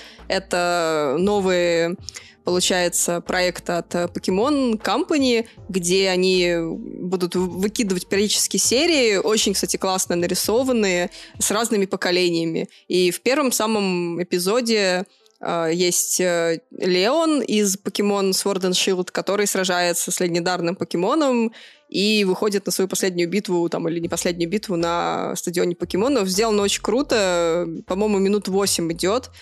[SPEAKER 1] Это новые, получается, проект от Pokemon Company, где они будут выкидывать периодически серии, очень, кстати, классно нарисованные, с разными поколениями. И в первом самом эпизоде Uh, есть uh, Леон из Pokemon Sword and Shield, который сражается с легендарным покемоном и выходит на свою последнюю битву, там, или не последнюю битву на стадионе покемонов. Сделано очень круто, по-моему, минут восемь идет,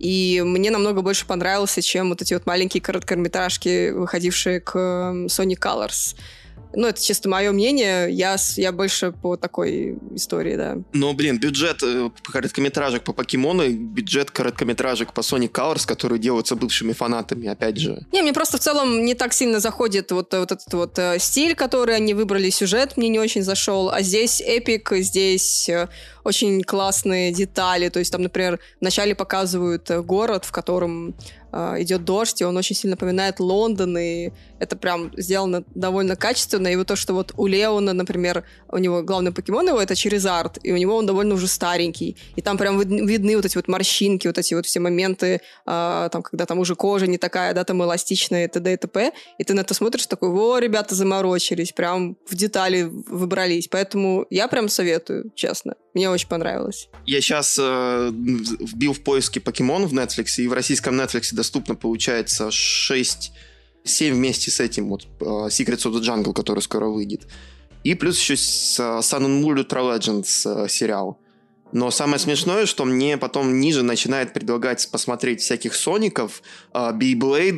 [SPEAKER 1] и мне намного больше понравился, чем вот эти вот маленькие короткометражки, выходившие к Sonic Colors. Ну, это чисто мое мнение. Я, я больше по такой истории, да.
[SPEAKER 2] Но, блин, бюджет э, короткометражек по покемону, бюджет короткометражек по Sonic Colors, которые делаются бывшими фанатами, опять же.
[SPEAKER 1] Не, мне просто в целом не так сильно заходит вот, вот этот вот э, стиль, который они выбрали, сюжет мне не очень зашел. А здесь эпик, здесь э, очень классные детали. То есть там, например, вначале показывают э, город, в котором идет дождь, и он очень сильно напоминает Лондон, и это прям сделано довольно качественно. И вот то, что вот у Леона, например, у него главный покемон его — это Charizard, и у него он довольно уже старенький, и там прям видны вот эти вот морщинки, вот эти вот все моменты, а, там, когда там уже кожа не такая, да, там эластичная, и т.д. и т.п. И ты на это смотришь такой: во, ребята заморочились, прям в детали выбрались. Поэтому я прям советую, честно. Мне очень понравилось.
[SPEAKER 2] Я сейчас э, вбил в поиске покемон в Netflix, и в российском Netflix доступно, получается, шесть семь вместе с этим вот uh, Secrets of the Jungle, который скоро выйдет. И плюс еще с, uh, Sun and Moon Ultra Legends uh, сериал. Но самое смешное, что мне потом ниже начинает предлагать посмотреть всяких Соников, uh, Beyblade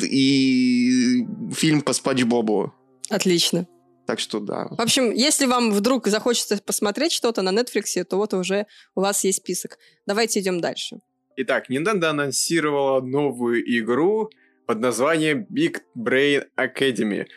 [SPEAKER 2] и фильм по Спанч Бобу.
[SPEAKER 1] Отлично.
[SPEAKER 2] Так что да.
[SPEAKER 1] В общем, если вам вдруг захочется посмотреть что-то на Netflix, то вот уже у вас есть список. Давайте идем дальше.
[SPEAKER 3] Итак, Nintendo анонсировала новую игру под названием Big Brain Academy.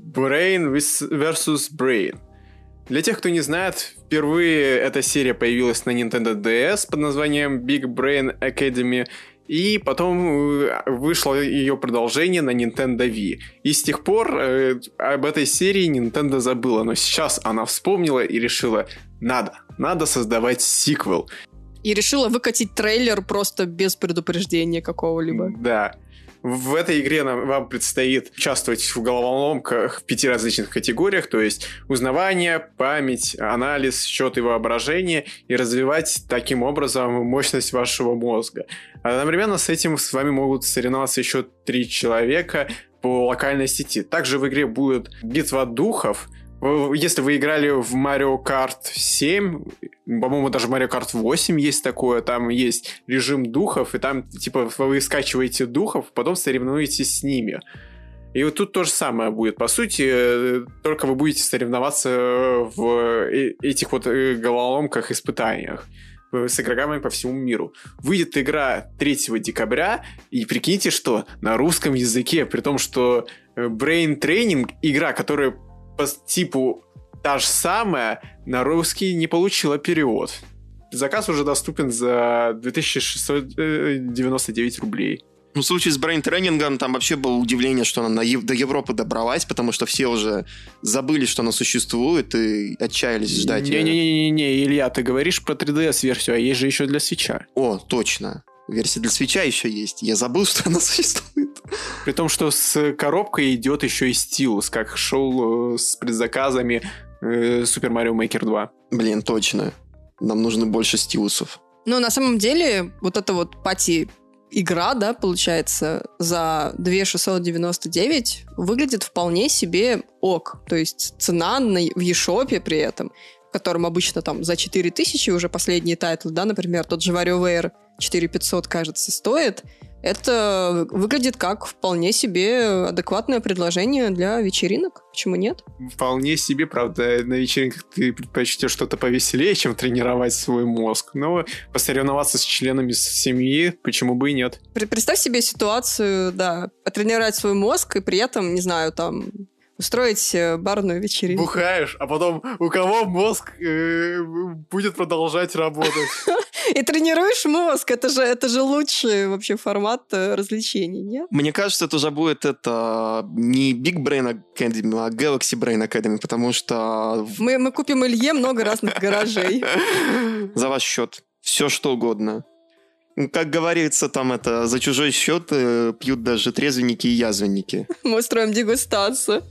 [SPEAKER 3] Brain versus Brain. Для тех, кто не знает, впервые эта серия появилась на Nintendo ди эс под названием Big Brain Academy, и потом вышло ее продолжение на Nintendo Wii. И с тех пор э, об этой серии Nintendo забыла, но сейчас она вспомнила и решила: надо, надо создавать сиквел.
[SPEAKER 1] И решила выкатить трейлер просто без предупреждения какого-либо.
[SPEAKER 3] Да. В этой игре нам, вам предстоит участвовать в головоломках в пяти различных категориях, то есть узнавание, память, анализ, счет и воображение, и развивать таким образом мощность вашего мозга. Одновременно с этим с вами могут соревноваться еще три человека по локальной сети. Также в игре будет битва духов. Если вы играли в Mario Kart семь, по-моему, даже в Mario Kart восемь есть такое, там есть режим духов, и там, типа, вы скачиваете духов, потом соревнуетесь с ними. И вот тут то же самое будет. По сути, только вы будете соревноваться в этих вот головоломках, испытаниях с игроками по всему миру. Выйдет игра третьего декабря, и прикиньте, что на русском языке, при том, что Brain Training, игра, которая по типу та же самая, на русский не получила перевод. Заказ уже доступен за две тысячи шестьсот девяносто девять рублей.
[SPEAKER 2] Ну, в случае с брейн-тренингом там вообще было удивление, что она на Ев- до Европы добралась, потому что все уже забыли, что она существует, и отчаялись ждать ее.
[SPEAKER 3] Не-не-не, Илья, ты говоришь про три ди эс-версию, а есть же еще для свитча.
[SPEAKER 2] О, точно. Версия для свитча еще есть. Я забыл, что она существует.
[SPEAKER 3] При том, что с коробкой идет еще и стилус, как шел с предзаказами э, Super Mario Maker два.
[SPEAKER 2] Блин, точно. Нам нужно больше стилусов.
[SPEAKER 1] Но на самом деле вот это вот пати игра, да, получается, за две тысячи шестьсот девяносто девять выглядит вполне себе ок. То есть цена на, в eShop при этом, в котором обычно там за четыре тысячи уже последние тайтлы, да, например, тот же WarioWare четыре тысячи пятьсот, кажется, стоит, это выглядит как вполне себе адекватное предложение для вечеринок. Почему нет?
[SPEAKER 3] Вполне себе, правда, на вечеринках ты предпочтешь что-то повеселее, чем тренировать свой мозг. Но посоревноваться с членами семьи, почему бы и нет?
[SPEAKER 1] Представь себе ситуацию, да, потренировать свой мозг и при этом, не знаю, там... устроить барную вечеринку.
[SPEAKER 3] Бухаешь, а потом у кого мозг э, будет продолжать работать?
[SPEAKER 1] И тренируешь мозг. Это же, это же лучший вообще формат развлечений, нет?
[SPEAKER 2] Мне кажется, это уже будет это не Big Brain Academy, а Galaxy Brain Academy, потому что...
[SPEAKER 1] Мы, мы купим Илье много разных гаражей.
[SPEAKER 2] За ваш счет. Все что угодно. Как говорится, там это за чужой счет э, пьют даже трезвенники и язвенники.
[SPEAKER 1] Мы устроим дегустацию.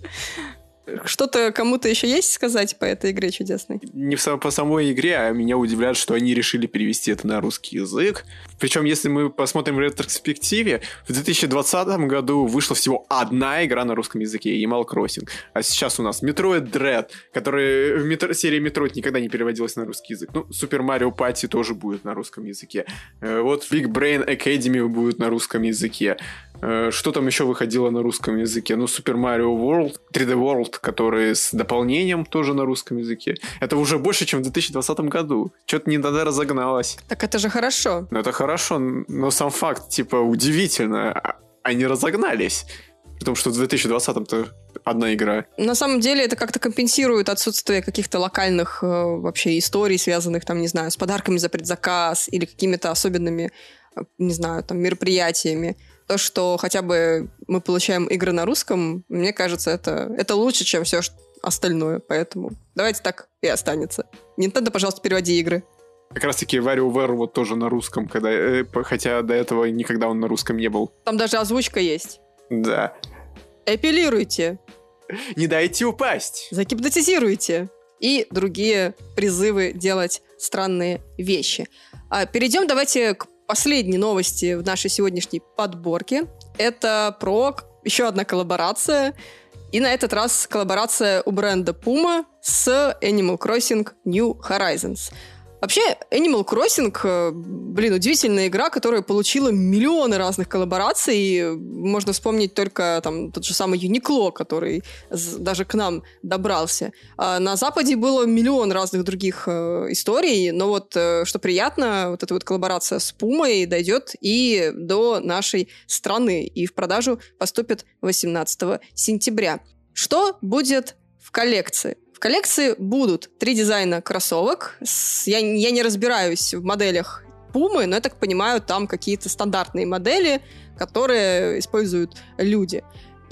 [SPEAKER 1] Что-то кому-то еще есть сказать по этой игре чудесной?
[SPEAKER 3] Не по самой игре, а меня удивляет, что они решили перевести это на русский язык. Причем, если мы посмотрим в ретроспективе, в две тысячи двадцатом году вышла всего одна игра на русском языке, Animal Crossing. А сейчас у нас Metroid Dread, которая в метро, серии Metroid никогда не переводилась на русский язык. Ну, Super Mario Party тоже будет на русском языке. Вот Big Brain Academy будет на русском языке. Что там еще выходило на русском языке? Ну, Super Mario World, три дэ World, который с дополнением тоже на русском языке. Это уже больше, чем в две тысячи двадцатом году. Что-то не тогда разогналось.
[SPEAKER 1] Так это же хорошо.
[SPEAKER 3] Ну, это хорошо, но сам факт, типа, удивительно. Они разогнались. При том, что в две тысячи двадцатом-то одна игра.
[SPEAKER 1] На самом деле это как-то компенсирует отсутствие каких-то локальных э, вообще историй, связанных, там, не знаю, с подарками за предзаказ или какими-то особенными, э, не знаю, там, мероприятиями. То, что хотя бы мы получаем игры на русском, мне кажется, это, это лучше, чем все остальное. Поэтому давайте так и останется. Nintendo, пожалуйста, переводи игры.
[SPEAKER 3] Как раз-таки WarioWare вот тоже на русском, когда, э, хотя до этого никогда он на русском не был.
[SPEAKER 1] Там даже озвучка есть.
[SPEAKER 3] Да.
[SPEAKER 1] Эпилируйте.
[SPEAKER 3] Не дайте упасть.
[SPEAKER 1] Загипнотизируйте. И другие призывы делать странные вещи. А перейдем давайте к последней новости в нашей сегодняшней подборке. Это про еще одна коллаборация. И на этот раз коллаборация у бренда Puma с Animal Crossing New Horizons. Вообще, Animal Crossing, блин, удивительная игра, которая получила миллионы разных коллабораций. Можно вспомнить только там тот же самый Uniqlo, который даже к нам добрался. А на Западе было миллион разных других э, историй, но вот, э, что приятно, вот эта вот коллаборация с Puma дойдет и до нашей страны, и в продажу поступит восемнадцатого сентября. Что будет в коллекции? В коллекции будут три дизайна кроссовок. Я, я не разбираюсь в моделях Puma, но я так понимаю, там какие-то стандартные модели, которые используют люди.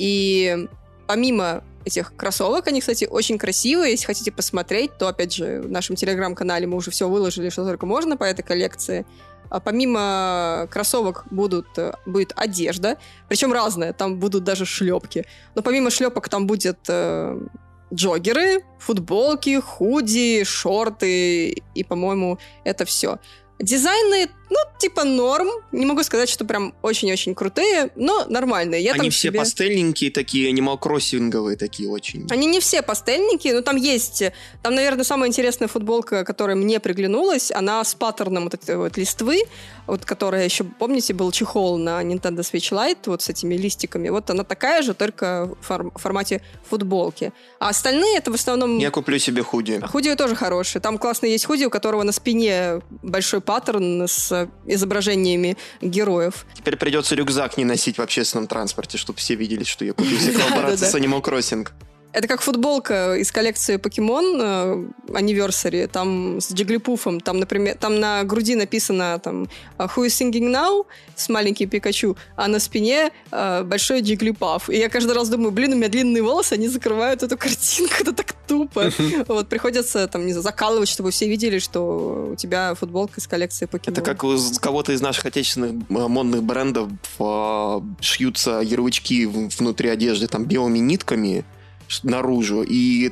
[SPEAKER 1] И помимо этих кроссовок, они, кстати, очень красивые. Если хотите посмотреть, то, опять же, в нашем телеграм-канале мы уже все выложили, что только можно по этой коллекции. А помимо кроссовок будут, будет одежда, причем разная, там будут даже шлепки. Но помимо шлепок там будет э, джоггеры, футболки, худи, шорты и, по-моему, это все. Дизайны, ну, типа норм. Не могу сказать, что прям очень-очень крутые, но нормальные. Я
[SPEAKER 2] Они
[SPEAKER 1] там
[SPEAKER 2] все
[SPEAKER 1] себе...
[SPEAKER 2] пастельненькие такие, анимал-кроссинговые такие очень.
[SPEAKER 1] Они не все пастельненькие, но там есть... Там, наверное, самая интересная футболка, которая мне приглянулась, она с паттерном вот этой вот листвы, вот которая еще, помните, был чехол на Nintendo Switch Lite, вот с этими листиками. Вот она такая же, только в форм- формате футболки. А остальные это в основном...
[SPEAKER 2] Я куплю себе худи.
[SPEAKER 1] Худи тоже хорошие. Там классный есть худи, у которого на спине большой паттерн с изображениями героев.
[SPEAKER 2] Теперь придется рюкзак не носить в общественном транспорте, чтобы все видели, что я купил себе коллаборацию с Animal Crossing.
[SPEAKER 1] Это как футболка из коллекции Pokemon Anniversary, там с Джиглипуфом, там, например, там на груди написано там Who is singing now? С маленьким Пикачу, а на спине э, большой Джиглипаф. И я каждый раз думаю, блин, у меня длинные волосы, они закрывают эту картинку, это так тупо. Вот, приходится там, не знаю, закалывать, чтобы все видели, что у тебя футболка из коллекции Pokemon.
[SPEAKER 2] Это как у кого-то из наших отечественных модных брендов э, шьются ярлычки внутри одежды там белыми нитками наружу, и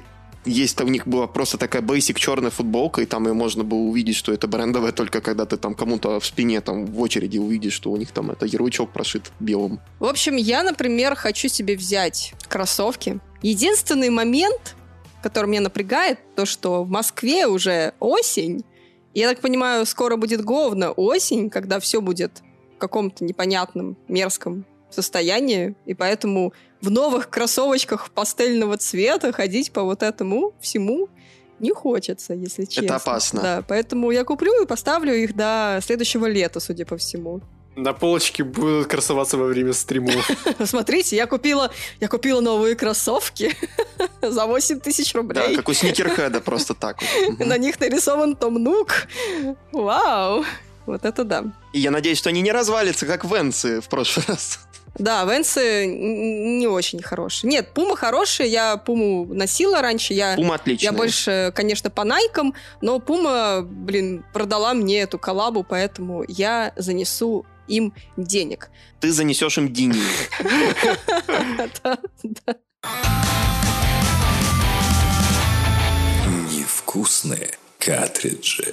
[SPEAKER 2] есть, у них была просто такая basic черная футболка, и там ее можно было увидеть, что это брендовая, только когда ты там кому-то в спине там в очереди увидишь, что у них там это ярлычок прошит белым.
[SPEAKER 1] В общем, я, например, хочу себе взять кроссовки. Единственный момент, который меня напрягает, то, что в Москве уже осень. Я так понимаю, скоро будет говно осень, когда все будет в каком-то непонятном, мерзком состоянии, и поэтому в новых кроссовочках пастельного цвета ходить по вот этому всему не хочется, если честно.
[SPEAKER 2] Это опасно.
[SPEAKER 1] Да, поэтому я куплю и поставлю их до следующего лета, судя по всему.
[SPEAKER 3] На полочке будут красоваться во время стримов.
[SPEAKER 1] Смотрите, я купила, я купила новые кроссовки за восемь тысяч рублей.
[SPEAKER 2] Да, как у сникерхеда, просто так вот.
[SPEAKER 1] На них нарисован Том Нук. Вау! Вот это да.
[SPEAKER 2] И я надеюсь, что они не развалятся, как Венсы в прошлый раз.
[SPEAKER 1] Да, Венсы не очень хорошие. Нет, Пума хорошая, я Пуму носила раньше. Я,
[SPEAKER 2] Пума отличная.
[SPEAKER 1] Я больше, конечно, по найкам, но Пума, блин, продала мне эту коллабу, поэтому я занесу им денег.
[SPEAKER 2] Ты занесешь им деньги.
[SPEAKER 1] Да, да.
[SPEAKER 5] Невкусные картриджи.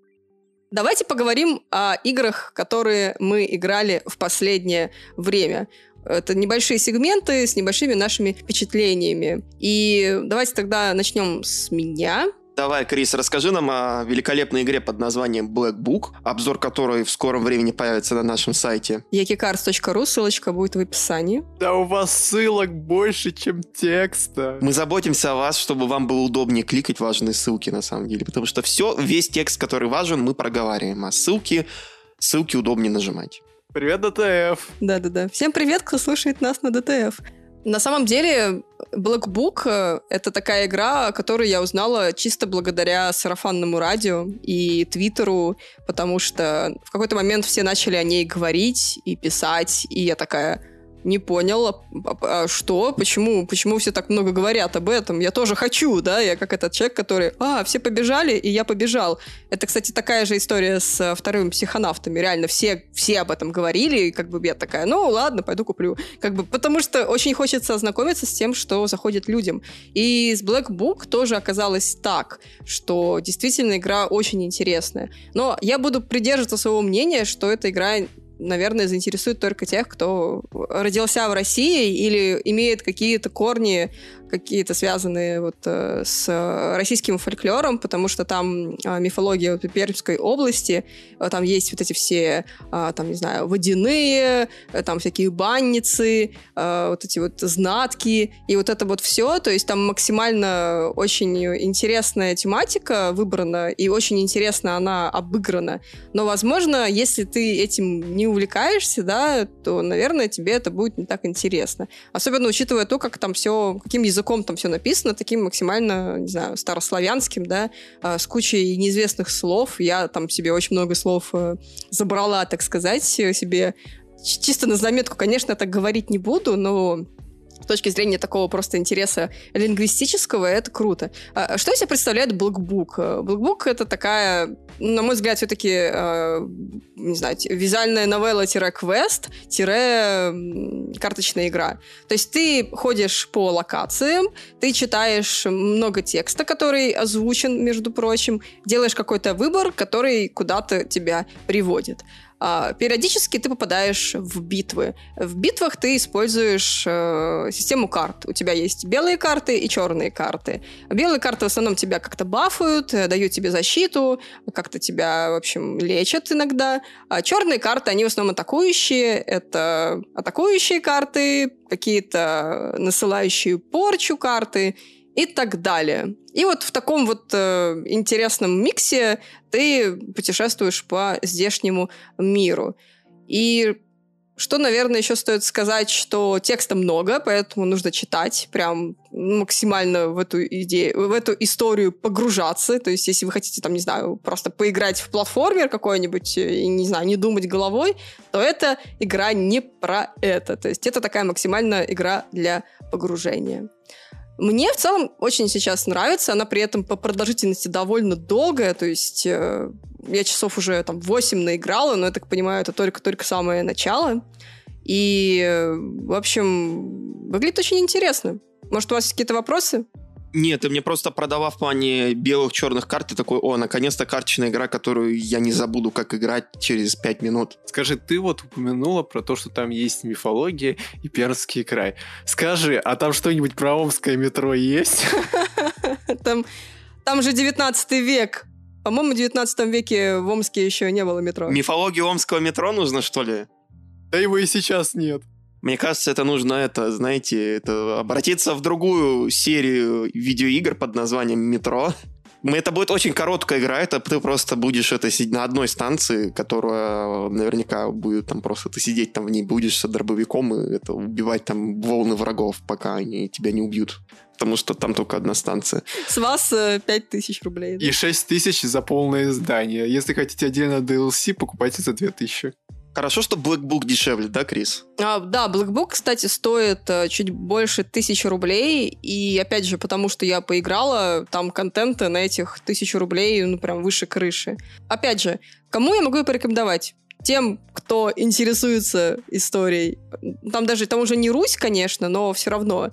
[SPEAKER 1] Давайте поговорим о играх, которые мы играли в последнее время. Это небольшие сегменты с небольшими нашими впечатлениями. И давайте тогда начнем с меня.
[SPEAKER 2] Давай, Крис, расскажи нам о великолепной игре под названием Black Book, обзор которой в скором времени появится на нашем сайте.
[SPEAKER 1] якикарс точка ру, ссылочка будет в описании.
[SPEAKER 3] Да у вас ссылок больше, чем текста.
[SPEAKER 2] Мы заботимся о вас, чтобы вам было удобнее кликать важные ссылки, на самом деле, потому что все, весь текст, который важен, мы проговариваем, а ссылки, ссылки удобнее нажимать.
[SPEAKER 3] Привет, ДТФ.
[SPEAKER 1] Да-да-да. Всем привет, кто слушает нас на ДТФ. На самом деле, Black Book — это такая игра, о которой я узнала чисто благодаря сарафанному радио и Твиттеру, потому что в какой-то момент все начали о ней говорить и писать, и я такая... не понял, а, а что, почему, почему все так много говорят об этом, я тоже хочу, да, я как этот человек, который, а, все побежали, и я побежал. Это, кстати, такая же история с вторыми психонавтами, реально, все, все об этом говорили, и как бы я такая, ну, ладно, пойду куплю, как бы, потому что очень хочется ознакомиться с тем, что заходит людям. И с Black Book тоже оказалось так, что действительно игра очень интересная. Но я буду придерживаться своего мнения, что эта игра, наверное, заинтересует только тех, кто родился в России или имеет какие-то корни, какие-то связанные вот э, с российским фольклором, потому что там э, мифология Пермской области, э, там есть вот эти все, э, там, не знаю, водяные, э, там всякие банницы, э, вот эти вот знатки, и вот это вот все, то есть там максимально очень интересная тематика выбрана, и очень интересно она обыграна. Но, возможно, если ты этим не увлекаешься, да, то, наверное, тебе это будет не так интересно. Особенно учитывая то, как там все, каким языком там все написано, таким максимально, не знаю, старославянским, да, с кучей неизвестных слов. Я там себе очень много слов забрала, так сказать, себе чисто на заметку. Конечно, я так говорить не буду, но с точки зрения такого просто интереса лингвистического, это круто. Что из себя представляет Black Book? Black Book — это такая, на мой взгляд, все-таки, не знаю, визуальная новелла-квест-карточная игра. То есть ты ходишь по локациям, ты читаешь много текста, который озвучен, между прочим, делаешь какой-то выбор, который куда-то тебя приводит. Периодически ты попадаешь в битвы. В битвах ты используешь э, систему карт. У тебя есть белые карты и черные карты. Белые карты в основном тебя как-то бафают, дают тебе защиту, как-то тебя, в общем, лечат иногда. А черные карты, они в основном атакующие. Это атакующие карты, какие-то насылающие порчу карты и так далее. И вот в таком вот э, интересном миксе ты путешествуешь по здешнему миру. И что, наверное, еще стоит сказать, что текста много, поэтому нужно читать, прям максимально в эту идею, в эту историю погружаться. То есть, если вы хотите, там, не знаю, просто поиграть в платформер какой-нибудь и, не знаю, не думать головой, то эта игра не про это. То есть, это такая максимальная игра для погружения. Мне в целом очень сейчас нравится, она при этом по продолжительности довольно долгая, то есть э, я часов уже там восемь наиграла, но я так понимаю, это только-только самое начало. И, э, в общем, выглядит очень интересно. Может, у вас есть какие-то вопросы?
[SPEAKER 2] Нет, ты мне просто продала в плане белых-черных карт, ты такой, о, наконец-то карточная игра, которую я не забуду, как играть через пять минут.
[SPEAKER 3] Скажи, ты вот упомянула про то, что там есть мифология и Пермский край. Скажи, а там что-нибудь про омское метро есть?
[SPEAKER 1] Там, там же девятнадцатый век. По-моему, в девятнадцатом веке в Омске еще не было метро.
[SPEAKER 2] Мифологию омского метро нужно, что ли?
[SPEAKER 3] Да его и сейчас нет.
[SPEAKER 2] Мне кажется, это нужно, это, знаете, это обратиться в другую серию видеоигр под названием «Метро». Это будет очень короткая игра, это ты просто будешь это сидеть на одной станции, которая наверняка будет там просто ты сидеть там в ней будешь с дробовиком и это, убивать там волны врагов, пока они тебя не убьют. Потому что там только одна станция.
[SPEAKER 1] С вас пять тысяч рублей. Да?
[SPEAKER 3] И шесть тысяч за полное издание. Если хотите отдельно ди эл си, покупайте за две тысячи.
[SPEAKER 2] Хорошо, что Black Book дешевле, да, Крис?
[SPEAKER 1] А, да, Black Book, кстати, стоит а, чуть больше тысячи рублей. И, опять же, потому что я поиграла, там контента на этих тысячу рублей, ну, прям выше крыши. Опять же, кому я могу порекомендовать? Тем, кто интересуется историей. Там даже, там уже не Русь, конечно, но все равно.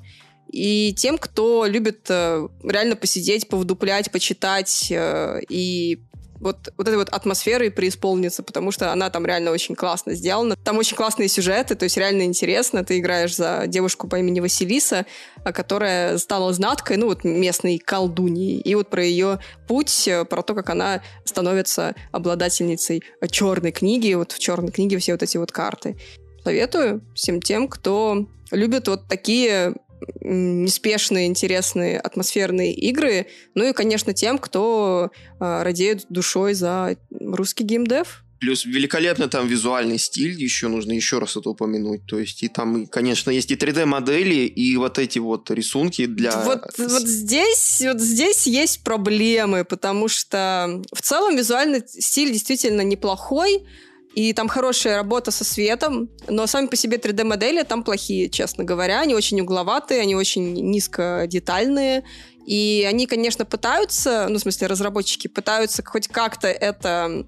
[SPEAKER 1] И тем, кто любит э, реально посидеть, повдуплять, почитать э, и вот, вот этой вот атмосферой преисполниться, потому что она там реально очень классно сделана. Там очень классные сюжеты, то есть реально интересно. Ты играешь за девушку по имени Василиса, которая стала знаткой, ну вот местной колдуньей, и вот про ее путь, про то, как она становится обладательницей черной книги. Вот в черной книге все вот эти вот карты. Советую всем тем, кто любит вот такие неспешные, интересные, атмосферные игры. Ну и, конечно, тем, кто э, радеет душой за русский геймдев.
[SPEAKER 2] Плюс великолепно там визуальный стиль, еще нужно еще раз это упомянуть. То есть и там, конечно, есть и три дэ-модели, и вот эти вот рисунки для...
[SPEAKER 1] Вот, вот, здесь, вот здесь есть проблемы, потому что в целом визуальный стиль действительно неплохой, и там хорошая работа со светом, но сами по себе три дэ-модели там плохие, честно говоря. Они очень угловатые, они очень низкодетальные. И они, конечно, пытаются, ну, в смысле, разработчики пытаются хоть как-то это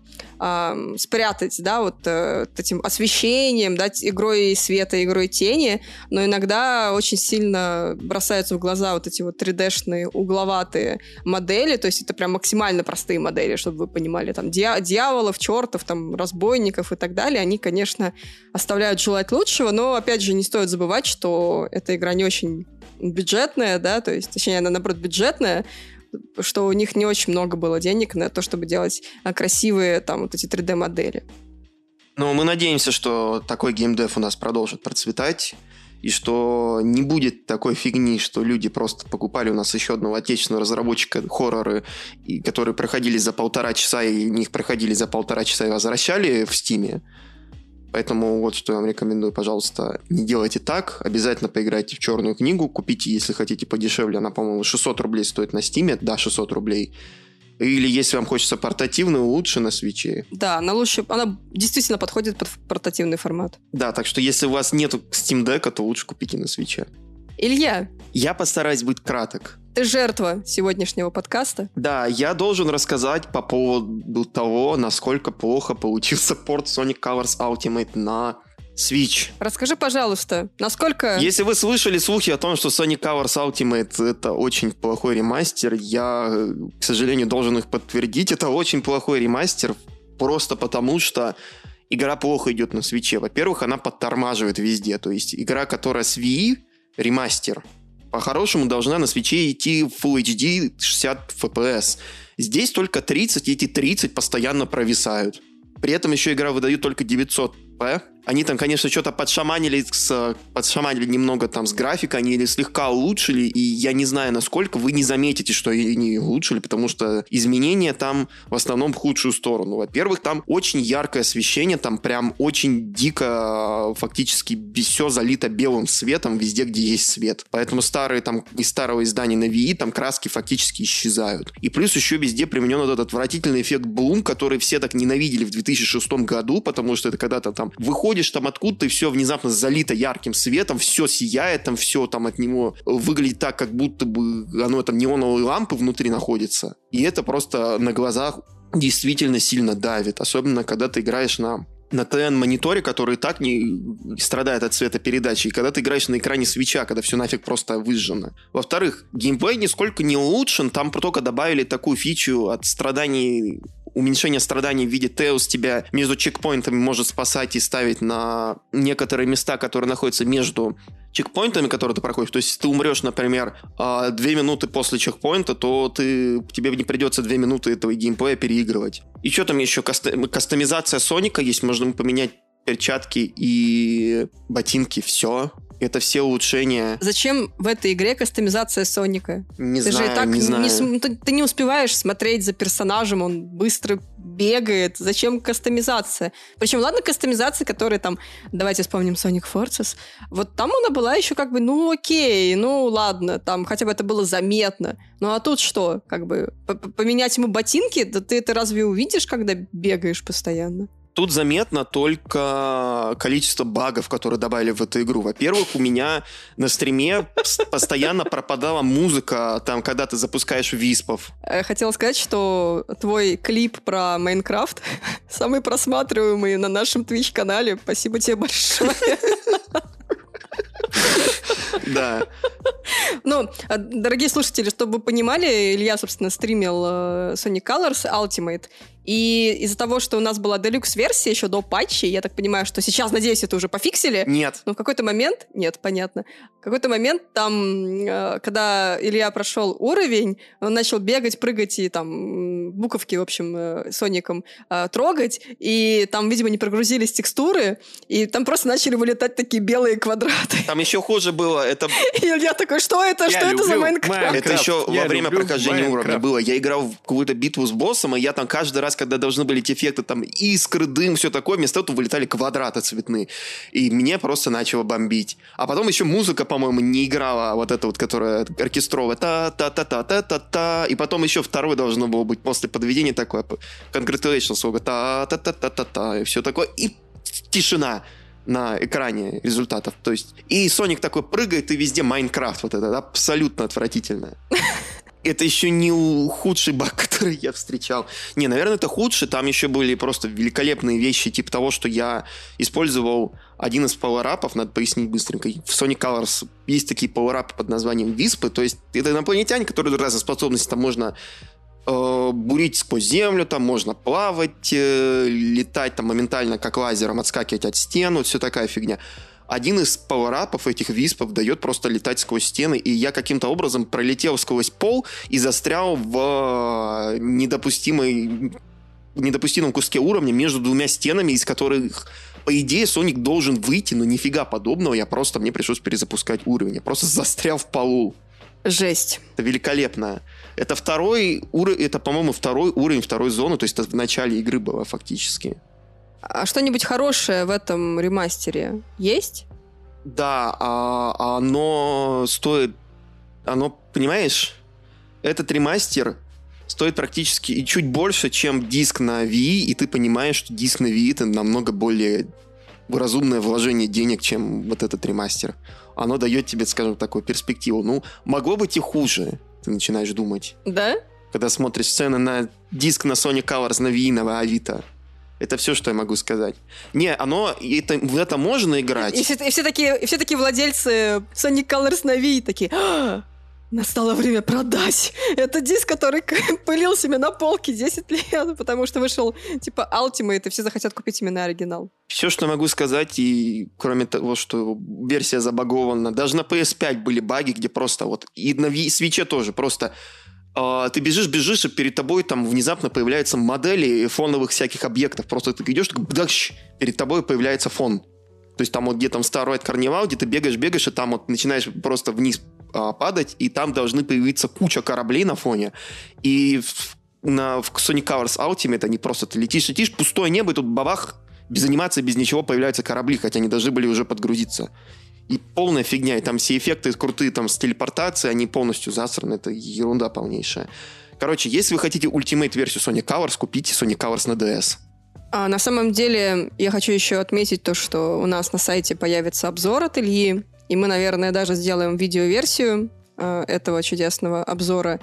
[SPEAKER 1] э, спрятать, да, вот э, этим освещением, да, игрой света, игрой тени, но иногда очень сильно бросаются в глаза вот эти вот три дэ-шные угловатые модели, то есть это прям максимально простые модели, чтобы вы понимали, там, дья- дьяволов, чертов, там, разбойников и так далее, они, конечно, оставляют желать лучшего, но, опять же, не стоит забывать, что эта игра не очень бюджетная, да, то есть, точнее, она, наоборот, бюджетная, что у них не очень много было денег на то, чтобы делать красивые, там, вот эти три дэ-модели.
[SPEAKER 2] Но мы надеемся, что такой геймдев у нас продолжит процветать, и что не будет такой фигни, что люди просто покупали у нас еще одного отечественного разработчика хорроры, и, которые проходили за полтора часа, и у них проходили за полтора часа и возвращали в Стиме. Поэтому вот что я вам рекомендую, пожалуйста, не делайте так. Обязательно поиграйте в черную книгу. Купите, если хотите, подешевле. Она, по-моему, шестьсот рублей стоит на Стиме. Да, шестьсот рублей. Или если вам хочется портативную, лучше на Свитче.
[SPEAKER 1] Да, она лучше, она действительно подходит под портативный формат.
[SPEAKER 2] Да, так что если у вас нет Steam Deck, то лучше купите на Свитче.
[SPEAKER 1] Илья,
[SPEAKER 2] я постараюсь быть краток.
[SPEAKER 1] Ты жертва сегодняшнего подкаста.
[SPEAKER 2] Да, я должен рассказать по поводу того, насколько плохо получился порт Sonic Colors Ultimate на Switch.
[SPEAKER 1] Расскажи, пожалуйста, насколько...
[SPEAKER 2] Если вы слышали слухи о том, что Sonic Colors Ultimate — это очень плохой ремастер, я, к сожалению, должен их подтвердить. Это очень плохой ремастер, просто потому что игра плохо идет на Switch. Во-первых, она подтормаживает везде. То есть игра, которая с Wii, ремастер, по-хорошему должна на свитче идти в Full эйч ди шестьдесят эф пи эс. Здесь только тридцать, и эти тридцать постоянно провисают. При этом еще игра выдает только девятьсот пэ. Они там, конечно, что-то подшаманили, с, подшаманили немного там с графикой, они или слегка улучшили, и я не знаю, насколько вы не заметите, что они улучшили, потому что изменения там в основном в худшую сторону. Во-первых, там очень яркое освещение, там прям очень дико, фактически все залито белым светом везде, где есть свет. Поэтому старые там из старого издания на Wii там краски фактически исчезают. И плюс еще везде применен вот этот отвратительный эффект Bloom, который все так ненавидели в две тысячи шестом году, потому что это когда-то там выходит там откуда-то, и все внезапно залито ярким светом, все сияет, там все там от него выглядит так, как будто бы оно там неоновые лампы внутри находится. И это просто на глазах действительно сильно давит. Особенно, когда ты играешь на на ти эн-мониторе, который и так не страдает от цветопередачи, и когда ты играешь на экране свитча, когда все нафиг просто выжжено. Во-вторых, геймплей нисколько не улучшен, там только добавили такую фичу от страданий, уменьшение страданий в виде Теус тебя между чекпоинтами может спасать и ставить на некоторые места, которые находятся между чекпоинтами, которые ты проходишь. То есть, если ты умрешь, например, две минуты после чекпоинта, то ты, тебе не придется две минуты этого геймплея переигрывать. И что там еще? Кастомизация Соника есть, можно поменять перчатки и ботинки, все. Это все улучшения.
[SPEAKER 1] Зачем в этой игре кастомизация Соника?
[SPEAKER 2] Не
[SPEAKER 1] ты
[SPEAKER 2] знаю,
[SPEAKER 1] же и так
[SPEAKER 2] не знаю.
[SPEAKER 1] Не, ты, ты не успеваешь смотреть за персонажем, он быстро бегает. Зачем кастомизация? Причем, ладно, кастомизация, которая там, давайте вспомним Sonic Forces, вот там она была еще как бы, ну окей, ну ладно, там хотя бы это было заметно. Ну а тут что? Как бы поменять ему ботинки? Да ты это разве увидишь, когда бегаешь постоянно?
[SPEAKER 2] Тут заметно только количество багов, которые добавили в эту игру. Во-первых, у меня на стриме постоянно пропадала музыка, там, когда ты запускаешь виспов.
[SPEAKER 1] Хотела сказать, что твой клип про Майнкрафт самый просматриваемый на нашем Twitch-канале. Спасибо тебе большое.
[SPEAKER 2] Да.
[SPEAKER 1] Ну, дорогие слушатели, чтобы вы понимали, Илья, собственно, стримил Sonic Colors Ultimate, и из-за того, что у нас была делюкс-версия еще до патчей, я так понимаю, что сейчас, надеюсь, это уже пофиксили.
[SPEAKER 2] Нет.
[SPEAKER 1] Но в какой-то момент... Нет, понятно. В какой-то момент там, когда Илья прошел уровень, он начал бегать, прыгать и там буковки, в общем, Соником трогать, и там, видимо, не прогрузились текстуры, и там просто начали вылетать такие белые квадраты.
[SPEAKER 2] Там еще хуже было. Это...
[SPEAKER 1] И Илья такой, что это?
[SPEAKER 3] Я
[SPEAKER 1] что это за
[SPEAKER 3] Майнкрафт?
[SPEAKER 1] Майнкрафт?
[SPEAKER 2] Это еще
[SPEAKER 3] Я
[SPEAKER 2] во время прохождения
[SPEAKER 3] Майнкрафт.
[SPEAKER 2] уровня было. Я играл в какую-то битву с боссом, и я там каждый раз, когда должны были эти эффекты, там искры, дым, все такое, вместо этого вылетали квадраты цветные. И мне просто начало бомбить. А потом еще музыка, по-моему, не играла, вот эта вот, которая оркестровая. Та-та-та-та-та-та-та. И потом еще второй должно было быть после подведения такое. Congratulations, слога. Та-та-та-та-та-та. И все такое. И тишина на экране результатов. То есть, и Соник такой прыгает, и везде Майнкрафт. Вот это абсолютно отвратительно. Это еще не худший баг, который я встречал. Не, наверное, это худший. Там еще были просто великолепные вещи, типа того, что я использовал один из пауэрапов, надо пояснить быстренько. В Sonic Colors есть такие пауэрапы под названием Виспы, то есть это инопланетяне, которые разные способности, там можно э, бурить сквозь землю, там можно плавать, э, летать там моментально, как лазером, отскакивать от стен, вот все такая фигня. Один из пауэрапов этих виспов дает просто летать сквозь стены, и я каким-то образом пролетел сквозь пол и застрял в недопустимой, недопустимом куске уровня между двумя стенами, из которых, по идее, Соник должен выйти, но нифига подобного, я просто, мне пришлось перезапускать уровень, я просто застрял в полу.
[SPEAKER 1] Жесть.
[SPEAKER 2] Это великолепно. Это второй уровень, это, по-моему, второй уровень второй зоны, то есть это в начале игры было фактически.
[SPEAKER 1] А что-нибудь хорошее в этом ремастере есть?
[SPEAKER 2] Да, а, оно стоит... Оно, понимаешь, этот ремастер стоит практически и чуть больше, чем диск на Wii, и ты понимаешь, что диск на Wii это намного более разумное вложение денег, чем вот этот ремастер. Оно дает тебе, скажем, такую перспективу. Ну, могло быть и хуже, ты начинаешь думать.
[SPEAKER 1] Да?
[SPEAKER 2] Когда смотришь цены на диск на Sonic Colors, на Wii, на Авито. Это все, что я могу сказать. Не, оно, это, в это можно играть.
[SPEAKER 1] И все, и все, такие, и все такие владельцы Sonic Colors на Wii такие: «А, настало время продать. Это диск, который пылился мне на полке десять лет, потому что вышел типа Ultimate, и все захотят купить именно оригинал».
[SPEAKER 2] Все, что я могу сказать, и кроме того, что версия забагована, даже на пи эс пять были баги, где просто вот, и на Switch тоже просто... Ты бежишь, бежишь, и перед тобой там внезапно появляются модели фоновых всяких объектов. Просто ты идешь, так, бдащ, перед тобой появляется фон. То есть там вот где там Star Ride Carnival, где ты бегаешь, бегаешь, и там вот начинаешь просто вниз а, падать, и там должны появиться куча кораблей на фоне. И в, на, в Sonic Colors Ultimate они просто, ты летишь, летишь, пустое небо, и тут бабах, без анимации, без ничего появляются корабли, хотя они должны были уже подгрузиться. И полная фигня, и там все эффекты крутые там с телепортацией, они полностью засраны, это ерунда полнейшая. Короче, если вы хотите ультимейт-версию Sonic Colors, купите Sonic Colors на ди эс.
[SPEAKER 1] А на самом деле, я хочу еще отметить то, что у нас на сайте появится обзор от Ильи, и мы, наверное, даже сделаем видеоверсию э, этого чудесного обзора.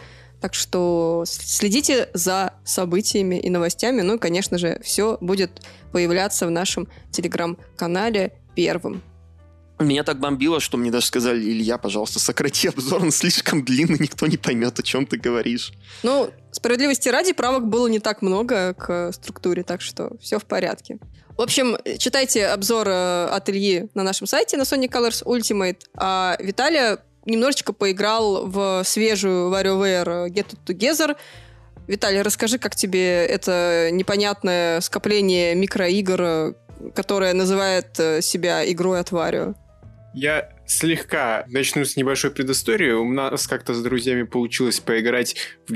[SPEAKER 1] Так что следите за событиями и новостями. Ну и, конечно же, все будет появляться в нашем телеграм-канале первым.
[SPEAKER 2] Меня так бомбило, что мне даже сказали: Илья, пожалуйста, сократи обзор, он слишком длинный, никто не поймет, о чем ты говоришь.
[SPEAKER 1] Ну, справедливости ради, правок было не так много к структуре, так что все в порядке. В общем, читайте обзор от Ильи на нашем сайте на Sonic Colors Ultimate, а Виталий немножечко поиграл в свежую WarioWare Get It Together. Виталий, расскажи, как тебе это непонятное скопление микроигр, которое называет себя игрой от Wario?
[SPEAKER 3] Я слегка начну с небольшой предыстории. У нас как-то с друзьями получилось поиграть в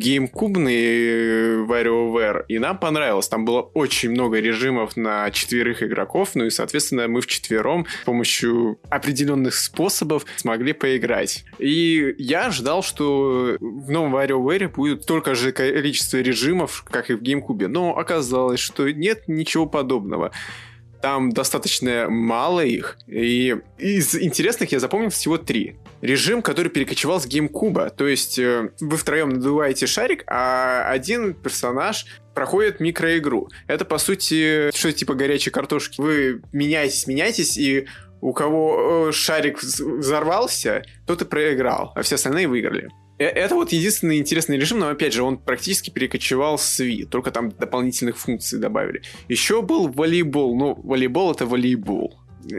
[SPEAKER 3] геймкубный WarioWare, и нам понравилось. Там было очень много режимов на четверых игроков, ну и, соответственно, мы вчетвером с помощью определенных способов смогли поиграть. И я ждал, что в новом WarioWare будет столько же количество режимов, как и в геймкубе, но оказалось, что нет ничего подобного. Там достаточно мало их, и из интересных я запомнил всего три. Режим, который перекочевал с геймкуба, то есть э, вы втроем надуваете шарик, а один персонаж проходит микроигру. Это, по сути, что-то типа горячей картошки. Вы меняетесь, меняетесь, и у кого шарик взорвался, тот и проиграл, а все остальные выиграли. Это вот единственный интересный режим, но, опять же, он практически перекочевал с Wii, только там дополнительных функций добавили. Еще был волейбол, ну, волейбол — это волейбол.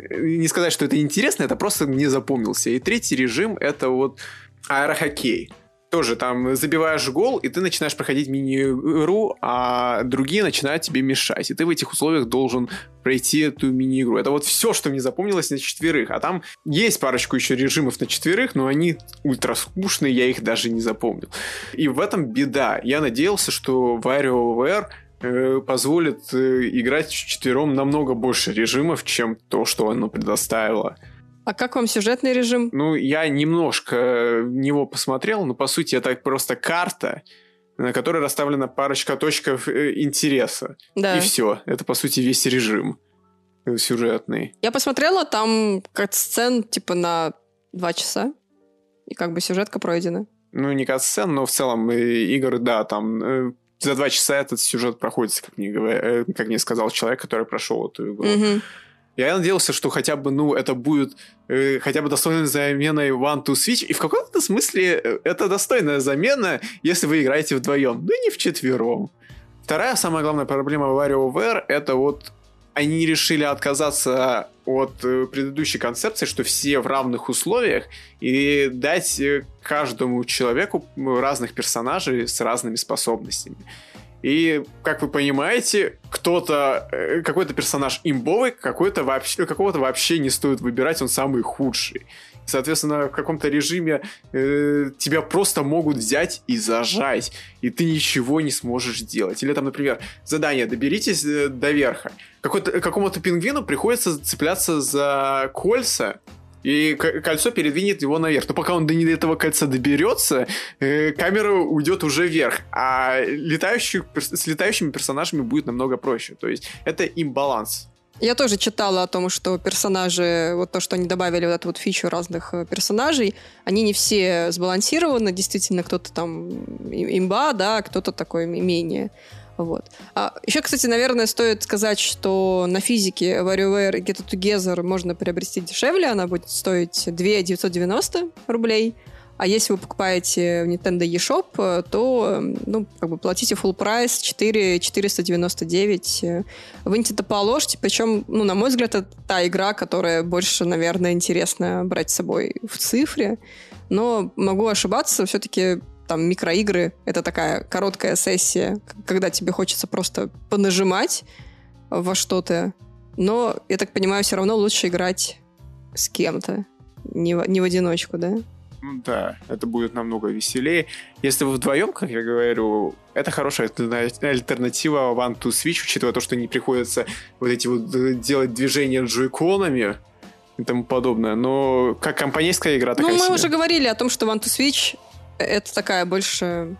[SPEAKER 3] Не сказать, что это интересно, это просто мне запомнился. И третий режим — это вот аэрохоккей. Тоже там забиваешь гол, и ты начинаешь проходить мини-игру, а другие начинают тебе мешать. И ты в этих условиях должен пройти эту мини-игру. Это вот все, что мне запомнилось на четверых. А там есть парочку еще режимов на четверых, но они ультра скучные, я их даже не запомнил. И в этом беда. Я надеялся, что WarioWare э, позволит э, играть вчетвером намного больше режимов, чем то, что оно предоставило.
[SPEAKER 1] А как вам сюжетный режим?
[SPEAKER 3] Ну, я немножко в него посмотрел, но, по сути, это просто карта, на которой расставлена парочка точков интереса. Да. И все. Это, по сути, весь режим сюжетный.
[SPEAKER 1] Я посмотрела, там кат-сцен типа на два часа, и как бы сюжетка пройдена.
[SPEAKER 3] Ну, не кат-сцен, но в целом игры, да, там за два часа этот сюжет проходит, как мне, говоря, как мне сказал человек, который прошел эту игру.
[SPEAKER 1] Угу.
[SPEAKER 3] Я надеялся, что хотя бы, ну, это будет э, хотя бы достойной заменой One to Switch. И в каком-то смысле это достойная замена, если вы играете вдвоем, но не вчетвером. Вторая, самая главная проблема WarioWare — это вот они решили отказаться от э, предыдущей концепции, что все в равных условиях, и дать э, каждому человеку разных персонажей с разными способностями. И, как вы понимаете, кто-то, какой-то персонаж имбовый, какой-то вообще, какого-то вообще не стоит выбирать, он самый худший. И, соответственно, в каком-то режиме э, тебя просто могут взять и зажать, и ты ничего не сможешь делать. Или там, например, задание: доберитесь до верха. Какой-то, какому-то пингвину приходится цепляться за кольца, и кольцо передвинет его наверх. Но пока он до этого кольца доберется, э, камера уйдет уже вверх. А летающих, с летающими персонажами будет намного проще. То есть это имбаланс.
[SPEAKER 1] Я тоже читала о том, что персонажи, вот то, что они добавили вот эту вот фичу разных персонажей, они не все сбалансированы. Действительно, кто-то там имба, да, кто-то такой менее. Вот. А еще, кстати, наверное, стоит сказать, что на физике WarioWare Get It Together можно приобрести дешевле. Она будет стоить две тысячи девятьсот девяносто рублей. А если вы покупаете в Nintendo eShop, то, ну, как бы платите full прайс четыре тысячи четыреста девяносто девять. Выньте это положите. Причем, ну, на мой взгляд, это та игра, которая больше, наверное, интересно брать с собой в цифре. Но могу ошибаться, все-таки там микроигры — это такая короткая сессия, когда тебе хочется просто понажимать во что-то. Но, я так понимаю, все равно лучше играть с кем-то, не в, не в одиночку, да?
[SPEAKER 3] Ну да, это будет намного веселее. Если вы вдвоем, как я говорю, это хорошая альтернатива One to Switch, учитывая то, что не приходится вот эти вот делать движения джойконами и тому подобное. Но как компанейская игра такая
[SPEAKER 1] Ну, мы
[SPEAKER 3] себе.
[SPEAKER 1] уже говорили о том, что One to Switch — это такая больше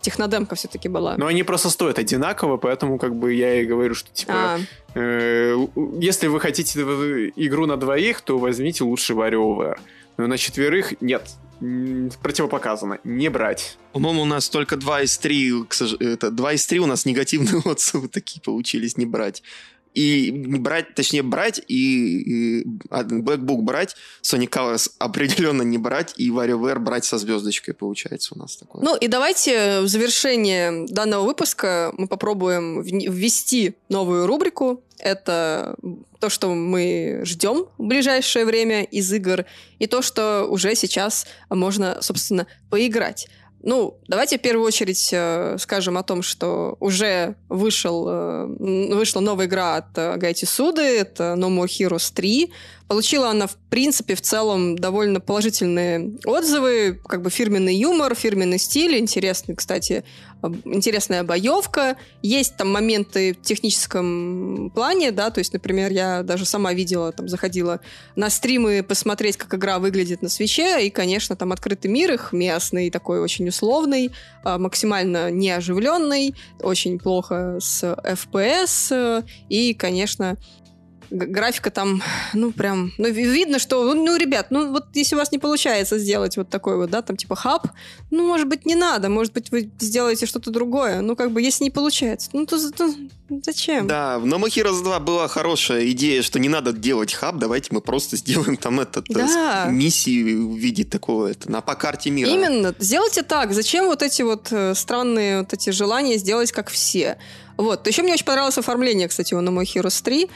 [SPEAKER 1] технодемка все-таки была.
[SPEAKER 3] Но они просто стоят одинаково, поэтому как бы я и говорю, что типа э, если вы хотите игру на двоих, то возьмите лучше WarioWare. Но на четверых нет. Противопоказано. Не брать.
[SPEAKER 2] По-моему, у нас только два из три, это, два из три у нас негативные отзывы такие получились, не брать. И не брать, точнее, брать, и, и Black Book брать, Sonic Colors определенно не брать, и WarioWare брать со звездочкой, получается, у нас такое.
[SPEAKER 1] Ну, и давайте в завершение данного выпуска мы попробуем ввести новую рубрику. Это то, что мы ждем в ближайшее время из игр, и то, что уже сейчас можно, собственно, поиграть. Ну, давайте в первую очередь э, скажем о том, что уже вышел, э, вышла новая игра от э, Гайти Суды, это No More Heroes три. Получила она, в принципе, в целом довольно положительные отзывы, как бы фирменный юмор, фирменный стиль, интересный, кстати, интересная боевка. Есть там моменты в техническом плане, да, то есть, например, я даже сама видела, там, заходила на стримы посмотреть, как игра выглядит на Свитче, и, конечно, там открытый мир их местный, такой очень условный, максимально неоживленный, очень плохо с эф пи эс, и, конечно, графика там, ну, прям, ну, видно, что, ну, ну, ребят, ну, вот если у вас не получается сделать вот такой вот, да, там, типа, хаб, ну, может быть, не надо, может быть, вы сделаете что-то другое, ну, как бы, если не получается, ну, то, то зачем?
[SPEAKER 2] Да, в No More Heroes два была хорошая идея, что не надо делать хаб, давайте мы просто сделаем там этот,
[SPEAKER 1] да.
[SPEAKER 2] миссии в виде такого, это, на, по карте мира.
[SPEAKER 1] Именно, сделайте так, зачем вот эти вот странные вот эти желания сделать, как все? Вот. Еще мне очень понравилось оформление, кстати, у No More Heroes три,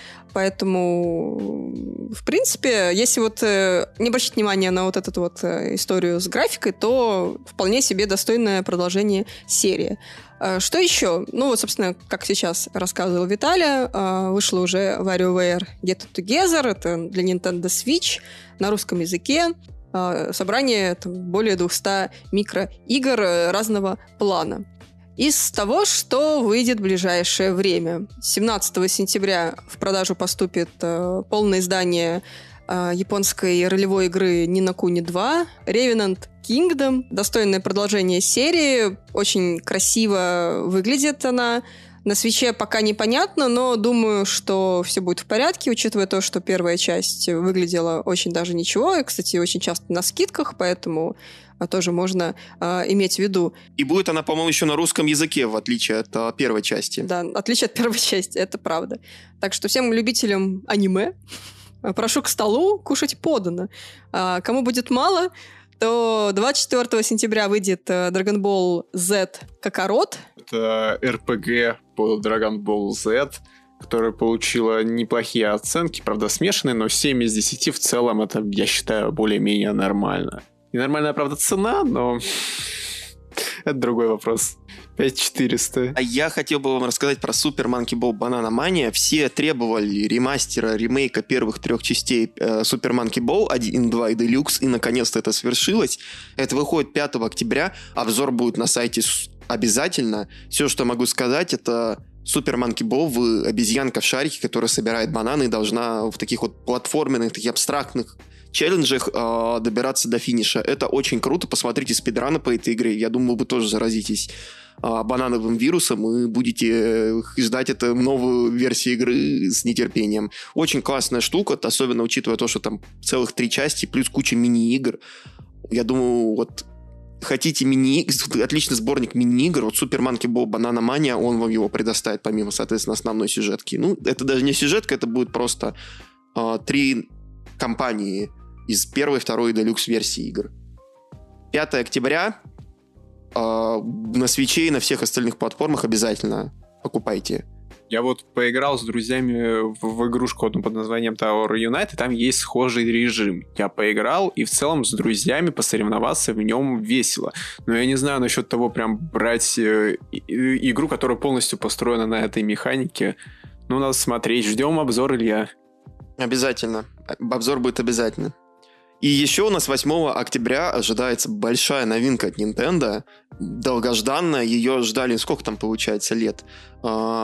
[SPEAKER 1] поэтому, в принципе, если вот э, не обращать внимания на вот эту вот э, историю с графикой, то вполне себе достойное продолжение серии. Э, что еще? Ну, вот, собственно, как сейчас рассказывал Виталий, э, вышло уже WarioWare Get It Together, это для Nintendo Switch на русском языке. Э, собрание там, более двухсот микроигр разного плана. Из того, что выйдет в ближайшее время. семнадцатого сентября в продажу поступит э, полное издание э, японской ролевой игры Ni no Kuni два Revenant Kingdom. Достойное продолжение серии. Очень красиво выглядит она. На Свитче пока непонятно, но думаю, что все будет в порядке, учитывая то, что первая часть выглядела очень даже ничего. И, кстати, очень часто на скидках, поэтому тоже можно э, иметь в виду.
[SPEAKER 2] И будет она, по-моему, еще на русском языке, в отличие от э, первой части.
[SPEAKER 1] Да, в отличие от первой части, это правда. Так что всем любителям аниме прошу к столу, кушать подано. А кому будет мало, то двадцать четвёртого сентября выйдет Dragon Ball Z Kakarot.
[SPEAKER 3] Это эр пи джи по Dragon Ball Z, которая получила неплохие оценки, правда смешанные, но семь из десяти в целом это, я считаю, более-менее нормально. Ненормальная, правда, цена, но это другой вопрос. пять тысяч четыреста.
[SPEAKER 2] А я хотел бы вам рассказать про Super Monkey Ball Banana Mania. Все требовали ремастера, ремейка первых трех частей э, Super Monkey Ball один, два и Deluxe, и наконец-то это свершилось. Это выходит пятого октября. Обзор будет на сайте обязательно. Все, что могу сказать, это Super Monkey Ball, вы обезьянка в шарике, которая собирает бананы и должна в таких вот платформенных, таких абстрактных челленджах э, добираться до финиша. Это очень круто. Посмотрите спидраны по этой игре. Я думаю, вы тоже заразитесь э, банановым вирусом и будете ждать эту новую версию игры с нетерпением. Очень классная штука, особенно учитывая то, что там целых три части, плюс куча мини-игр. Я думаю, вот хотите мини отличный сборник мини-игр, вот Super Monkey Ball Banana Mania, он вам его предоставит, помимо, соответственно, основной сюжетки. Ну, это даже не сюжетка, это будет просто э, три компании из первой, второй и делюкс версии игр. пятого октября э, на Свитче и на всех остальных платформах обязательно покупайте.
[SPEAKER 3] Я вот поиграл с друзьями в, в игрушку одну под названием Tower Unite, и там есть схожий режим. Я поиграл, и в целом с друзьями посоревноваться в нем весело. Но я не знаю насчет того, прям брать э, игру, которая полностью построена на этой механике. Ну, надо смотреть. Ждем обзор, Илья.
[SPEAKER 2] Обязательно. Обзор будет обязательно. И еще у нас восьмого октября ожидается большая новинка от Nintendo. Долгожданная. Ее ждали, сколько там получается лет?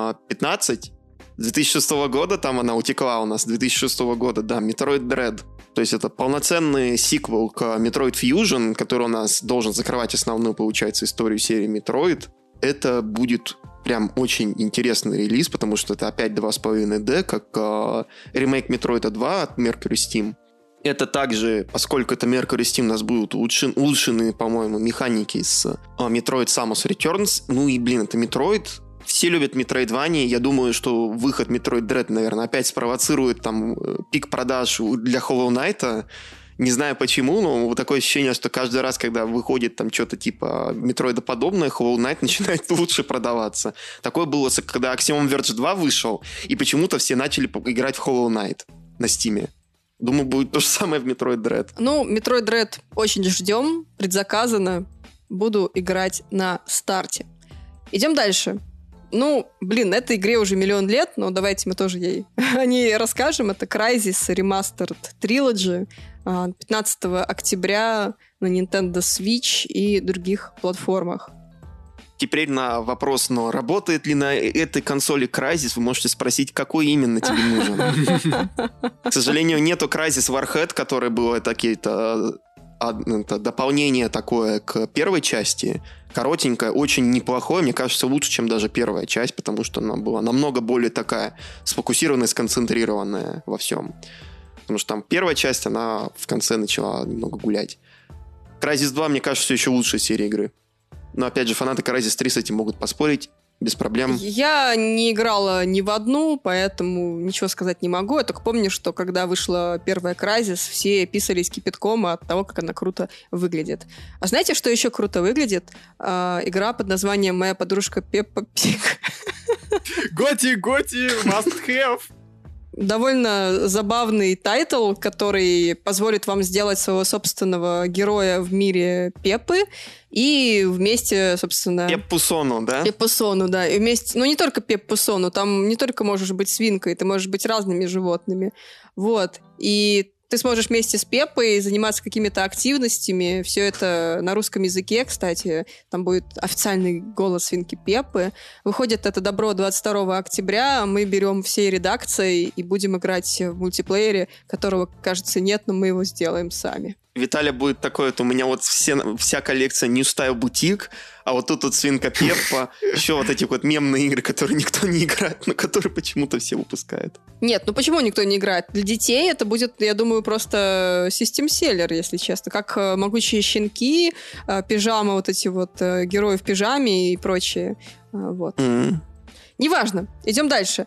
[SPEAKER 2] пятнадцать? две тысячи шестого года там она утекла у нас. две тысячи шестого года, да. Metroid Dread. То есть это полноценный сиквел к Metroid Fusion, который у нас должен закрывать основную, получается, историю серии Metroid. Это будет прям очень интересный релиз, потому что это опять два с половиной дэ, как э, ремейк Metroid два от Mercury Steam. Это также, поскольку это Mercury Steam, у нас будут улучшен, улучшены, по-моему, механики с э, Metroid Samus Returns. Ну и, блин, это Metroid. Все любят Metroidvania. Я думаю, что выход Metroid Dread, наверное, опять спровоцирует там пик продаж для Hollow Knight. Не знаю почему, но такое ощущение, что каждый раз, когда выходит там что-то типа Metroid-подобное, Hollow Knight начинает лучше продаваться. Такое было, когда Axiom Verge два вышел, и почему-то все начали играть в Hollow Knight на Steam. Думаю, будет то же самое в Metroid Dread.
[SPEAKER 1] Ну, Metroid Dread очень ждем, предзаказано. Буду играть на старте. Идем дальше. Ну, блин, этой игре уже миллион лет, но давайте мы тоже ей о ней расскажем. Это Crysis Remastered Trilogy пятнадцатого октября на Nintendo Switch и других платформах.
[SPEAKER 2] Теперь на вопрос, но работает ли на этой консоли Crysis, вы можете спросить, какой именно тебе нужен. К сожалению, нету Crysis Warhead, который было такие-то это дополнение такое к первой части. Коротенькое, очень неплохое. Мне кажется, лучше, чем даже первая часть, потому что она была намного более такая сфокусированная, сконцентрированная во всем. Потому что там первая часть, она в конце начала немного гулять. Crysis два, мне кажется, все еще лучшая серия игры. Но, опять же, фанаты Crysis три с этим могут поспорить. Без проблем.
[SPEAKER 1] Я не играла ни в одну, поэтому ничего сказать не могу. Я только помню, что когда вышла первая Crysis, все писались кипятком от того, как она круто выглядит. А знаете, что еще круто выглядит? А, игра под названием «Моя подружка Пеппа Пиг».
[SPEAKER 3] Готи, готи, must have.
[SPEAKER 1] Довольно забавный тайтл, который позволит вам сделать своего собственного героя в мире Пеппы и вместе, собственно...
[SPEAKER 2] Пеппусону, да?
[SPEAKER 1] Пеппусону, да. И вместе... Ну, не только Пеппусону, там не только можешь быть свинкой, ты можешь быть разными животными. Вот. И ты сможешь вместе с Пеппой заниматься какими-то активностями. Все это на русском языке, кстати. Там будет официальный голос свинки Пеппы. Выходит это добро двадцать второго октября. Мы берем всей редакцией и будем играть в мультиплеере, которого, кажется, нет, но мы его сделаем сами.
[SPEAKER 2] Виталя будет такой, вот у меня вот все, вся коллекция New Style Boutique, а вот тут вот свинка Пеппа, еще вот эти вот мемные игры, которые никто не играет, но которые почему-то все выпускают.
[SPEAKER 1] Нет, ну почему никто не играет? Для детей это будет, я думаю, просто систем-селлер, если честно. Как «Могучие щенки», пижама, вот эти вот герои в пижаме и прочее. Вот. Mm-hmm. Неважно. Идем дальше.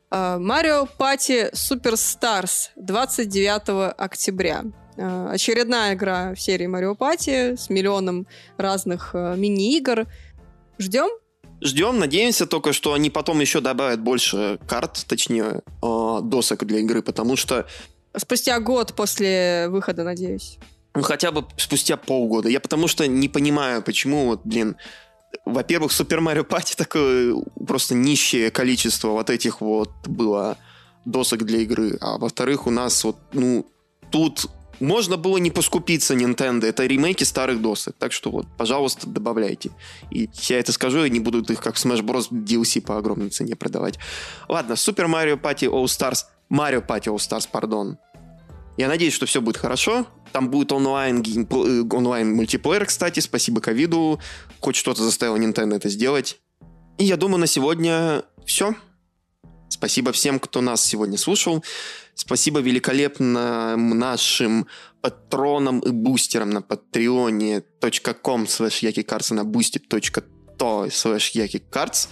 [SPEAKER 1] Mario Party Superstars двадцать девятого октября. Очередная игра в серии Mario Party с миллионом разных э, мини-игр. Ждем?
[SPEAKER 2] Ждем, надеемся только, что они потом еще добавят больше карт, точнее, э, досок для игры, потому что...
[SPEAKER 1] Спустя год после выхода, надеюсь.
[SPEAKER 2] Ну, хотя бы спустя полгода. Я потому что не понимаю, почему, вот, блин... Во-первых, Super Mario Party такое просто нищее количество вот этих вот было досок для игры. А во-вторых, у нас вот, ну, тут... Можно было не поскупиться Nintendo. Это ремейки старых досок. Так что вот, пожалуйста, добавляйте. И я это скажу, и не будут их, как в Smash Bros. ди эл си по огромной цене продавать. Ладно, Super Mario Party All Stars. Mario Party All Stars, пардон. Я надеюсь, что все будет хорошо. Там будет онлайн, онлайн мультиплеер, кстати. Спасибо ковиду. Хоть что-то заставило Nintendo это сделать. И я думаю, на сегодня все. Спасибо всем, кто нас сегодня слушал. Спасибо великолепным нашим патронам и бустерам на патреоне точка ком слэш якикарс и на бусти точка то слэш якикарс.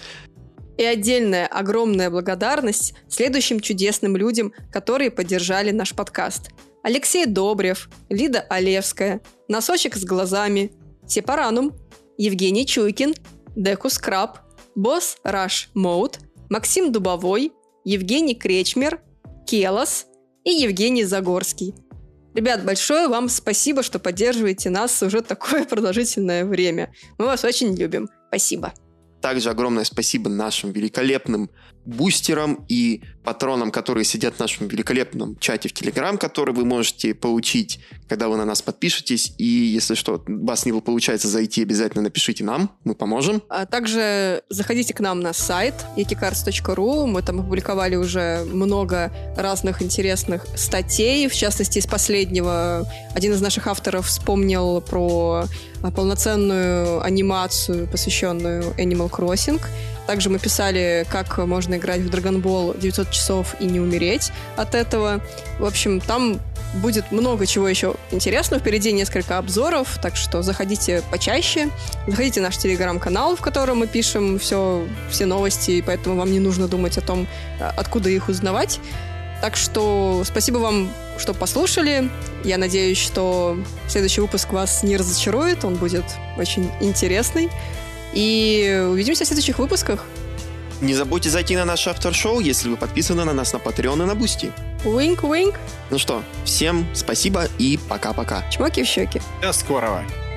[SPEAKER 1] И отдельная огромная благодарность следующим чудесным людям, которые поддержали наш подкаст. Алексей Добрев, Лида Олевская, Носочек с глазами, Сепаранум, Евгений Чуйкин, Декус Краб, Босс Раш Моут, Максим Дубовой, Евгений Кречмер, Келос и Евгений Загорский. Ребят, большое вам спасибо, что поддерживаете нас уже такое продолжительное время. Мы вас очень любим. Спасибо.
[SPEAKER 2] Также огромное спасибо нашим великолепным бустерам и патронам, которые сидят в нашем великолепном чате в Telegram, который вы можете получить, когда вы на нас подпишетесь. И если что, у вас не получается зайти, обязательно напишите нам, мы поможем.
[SPEAKER 1] А также заходите к нам на сайт якикарс точка ру. Мы там опубликовали уже много разных интересных статей. В частности, из последнего один из наших авторов вспомнил про полноценную анимацию, посвященную Animal Crossing. Также мы писали, как можно играть в Dragon Ball девятьсот часов и не умереть от этого. В общем, там будет много чего еще интересного. Впереди несколько обзоров, так что заходите почаще. Заходите в наш телеграм-канал, в котором мы пишем все, все новости, и поэтому вам не нужно думать о том, откуда их узнавать. Так что спасибо вам, что послушали. Я надеюсь, что следующий выпуск вас не разочарует. Он будет очень интересный. И увидимся в следующих выпусках.
[SPEAKER 2] Не забудьте зайти на наш автор-шоу, если вы подписаны на нас на Patreon и на Boosty.
[SPEAKER 1] Уинк-уинк.
[SPEAKER 2] Ну что, всем спасибо и пока-пока.
[SPEAKER 1] Чмоки в щеки.
[SPEAKER 3] До скорого.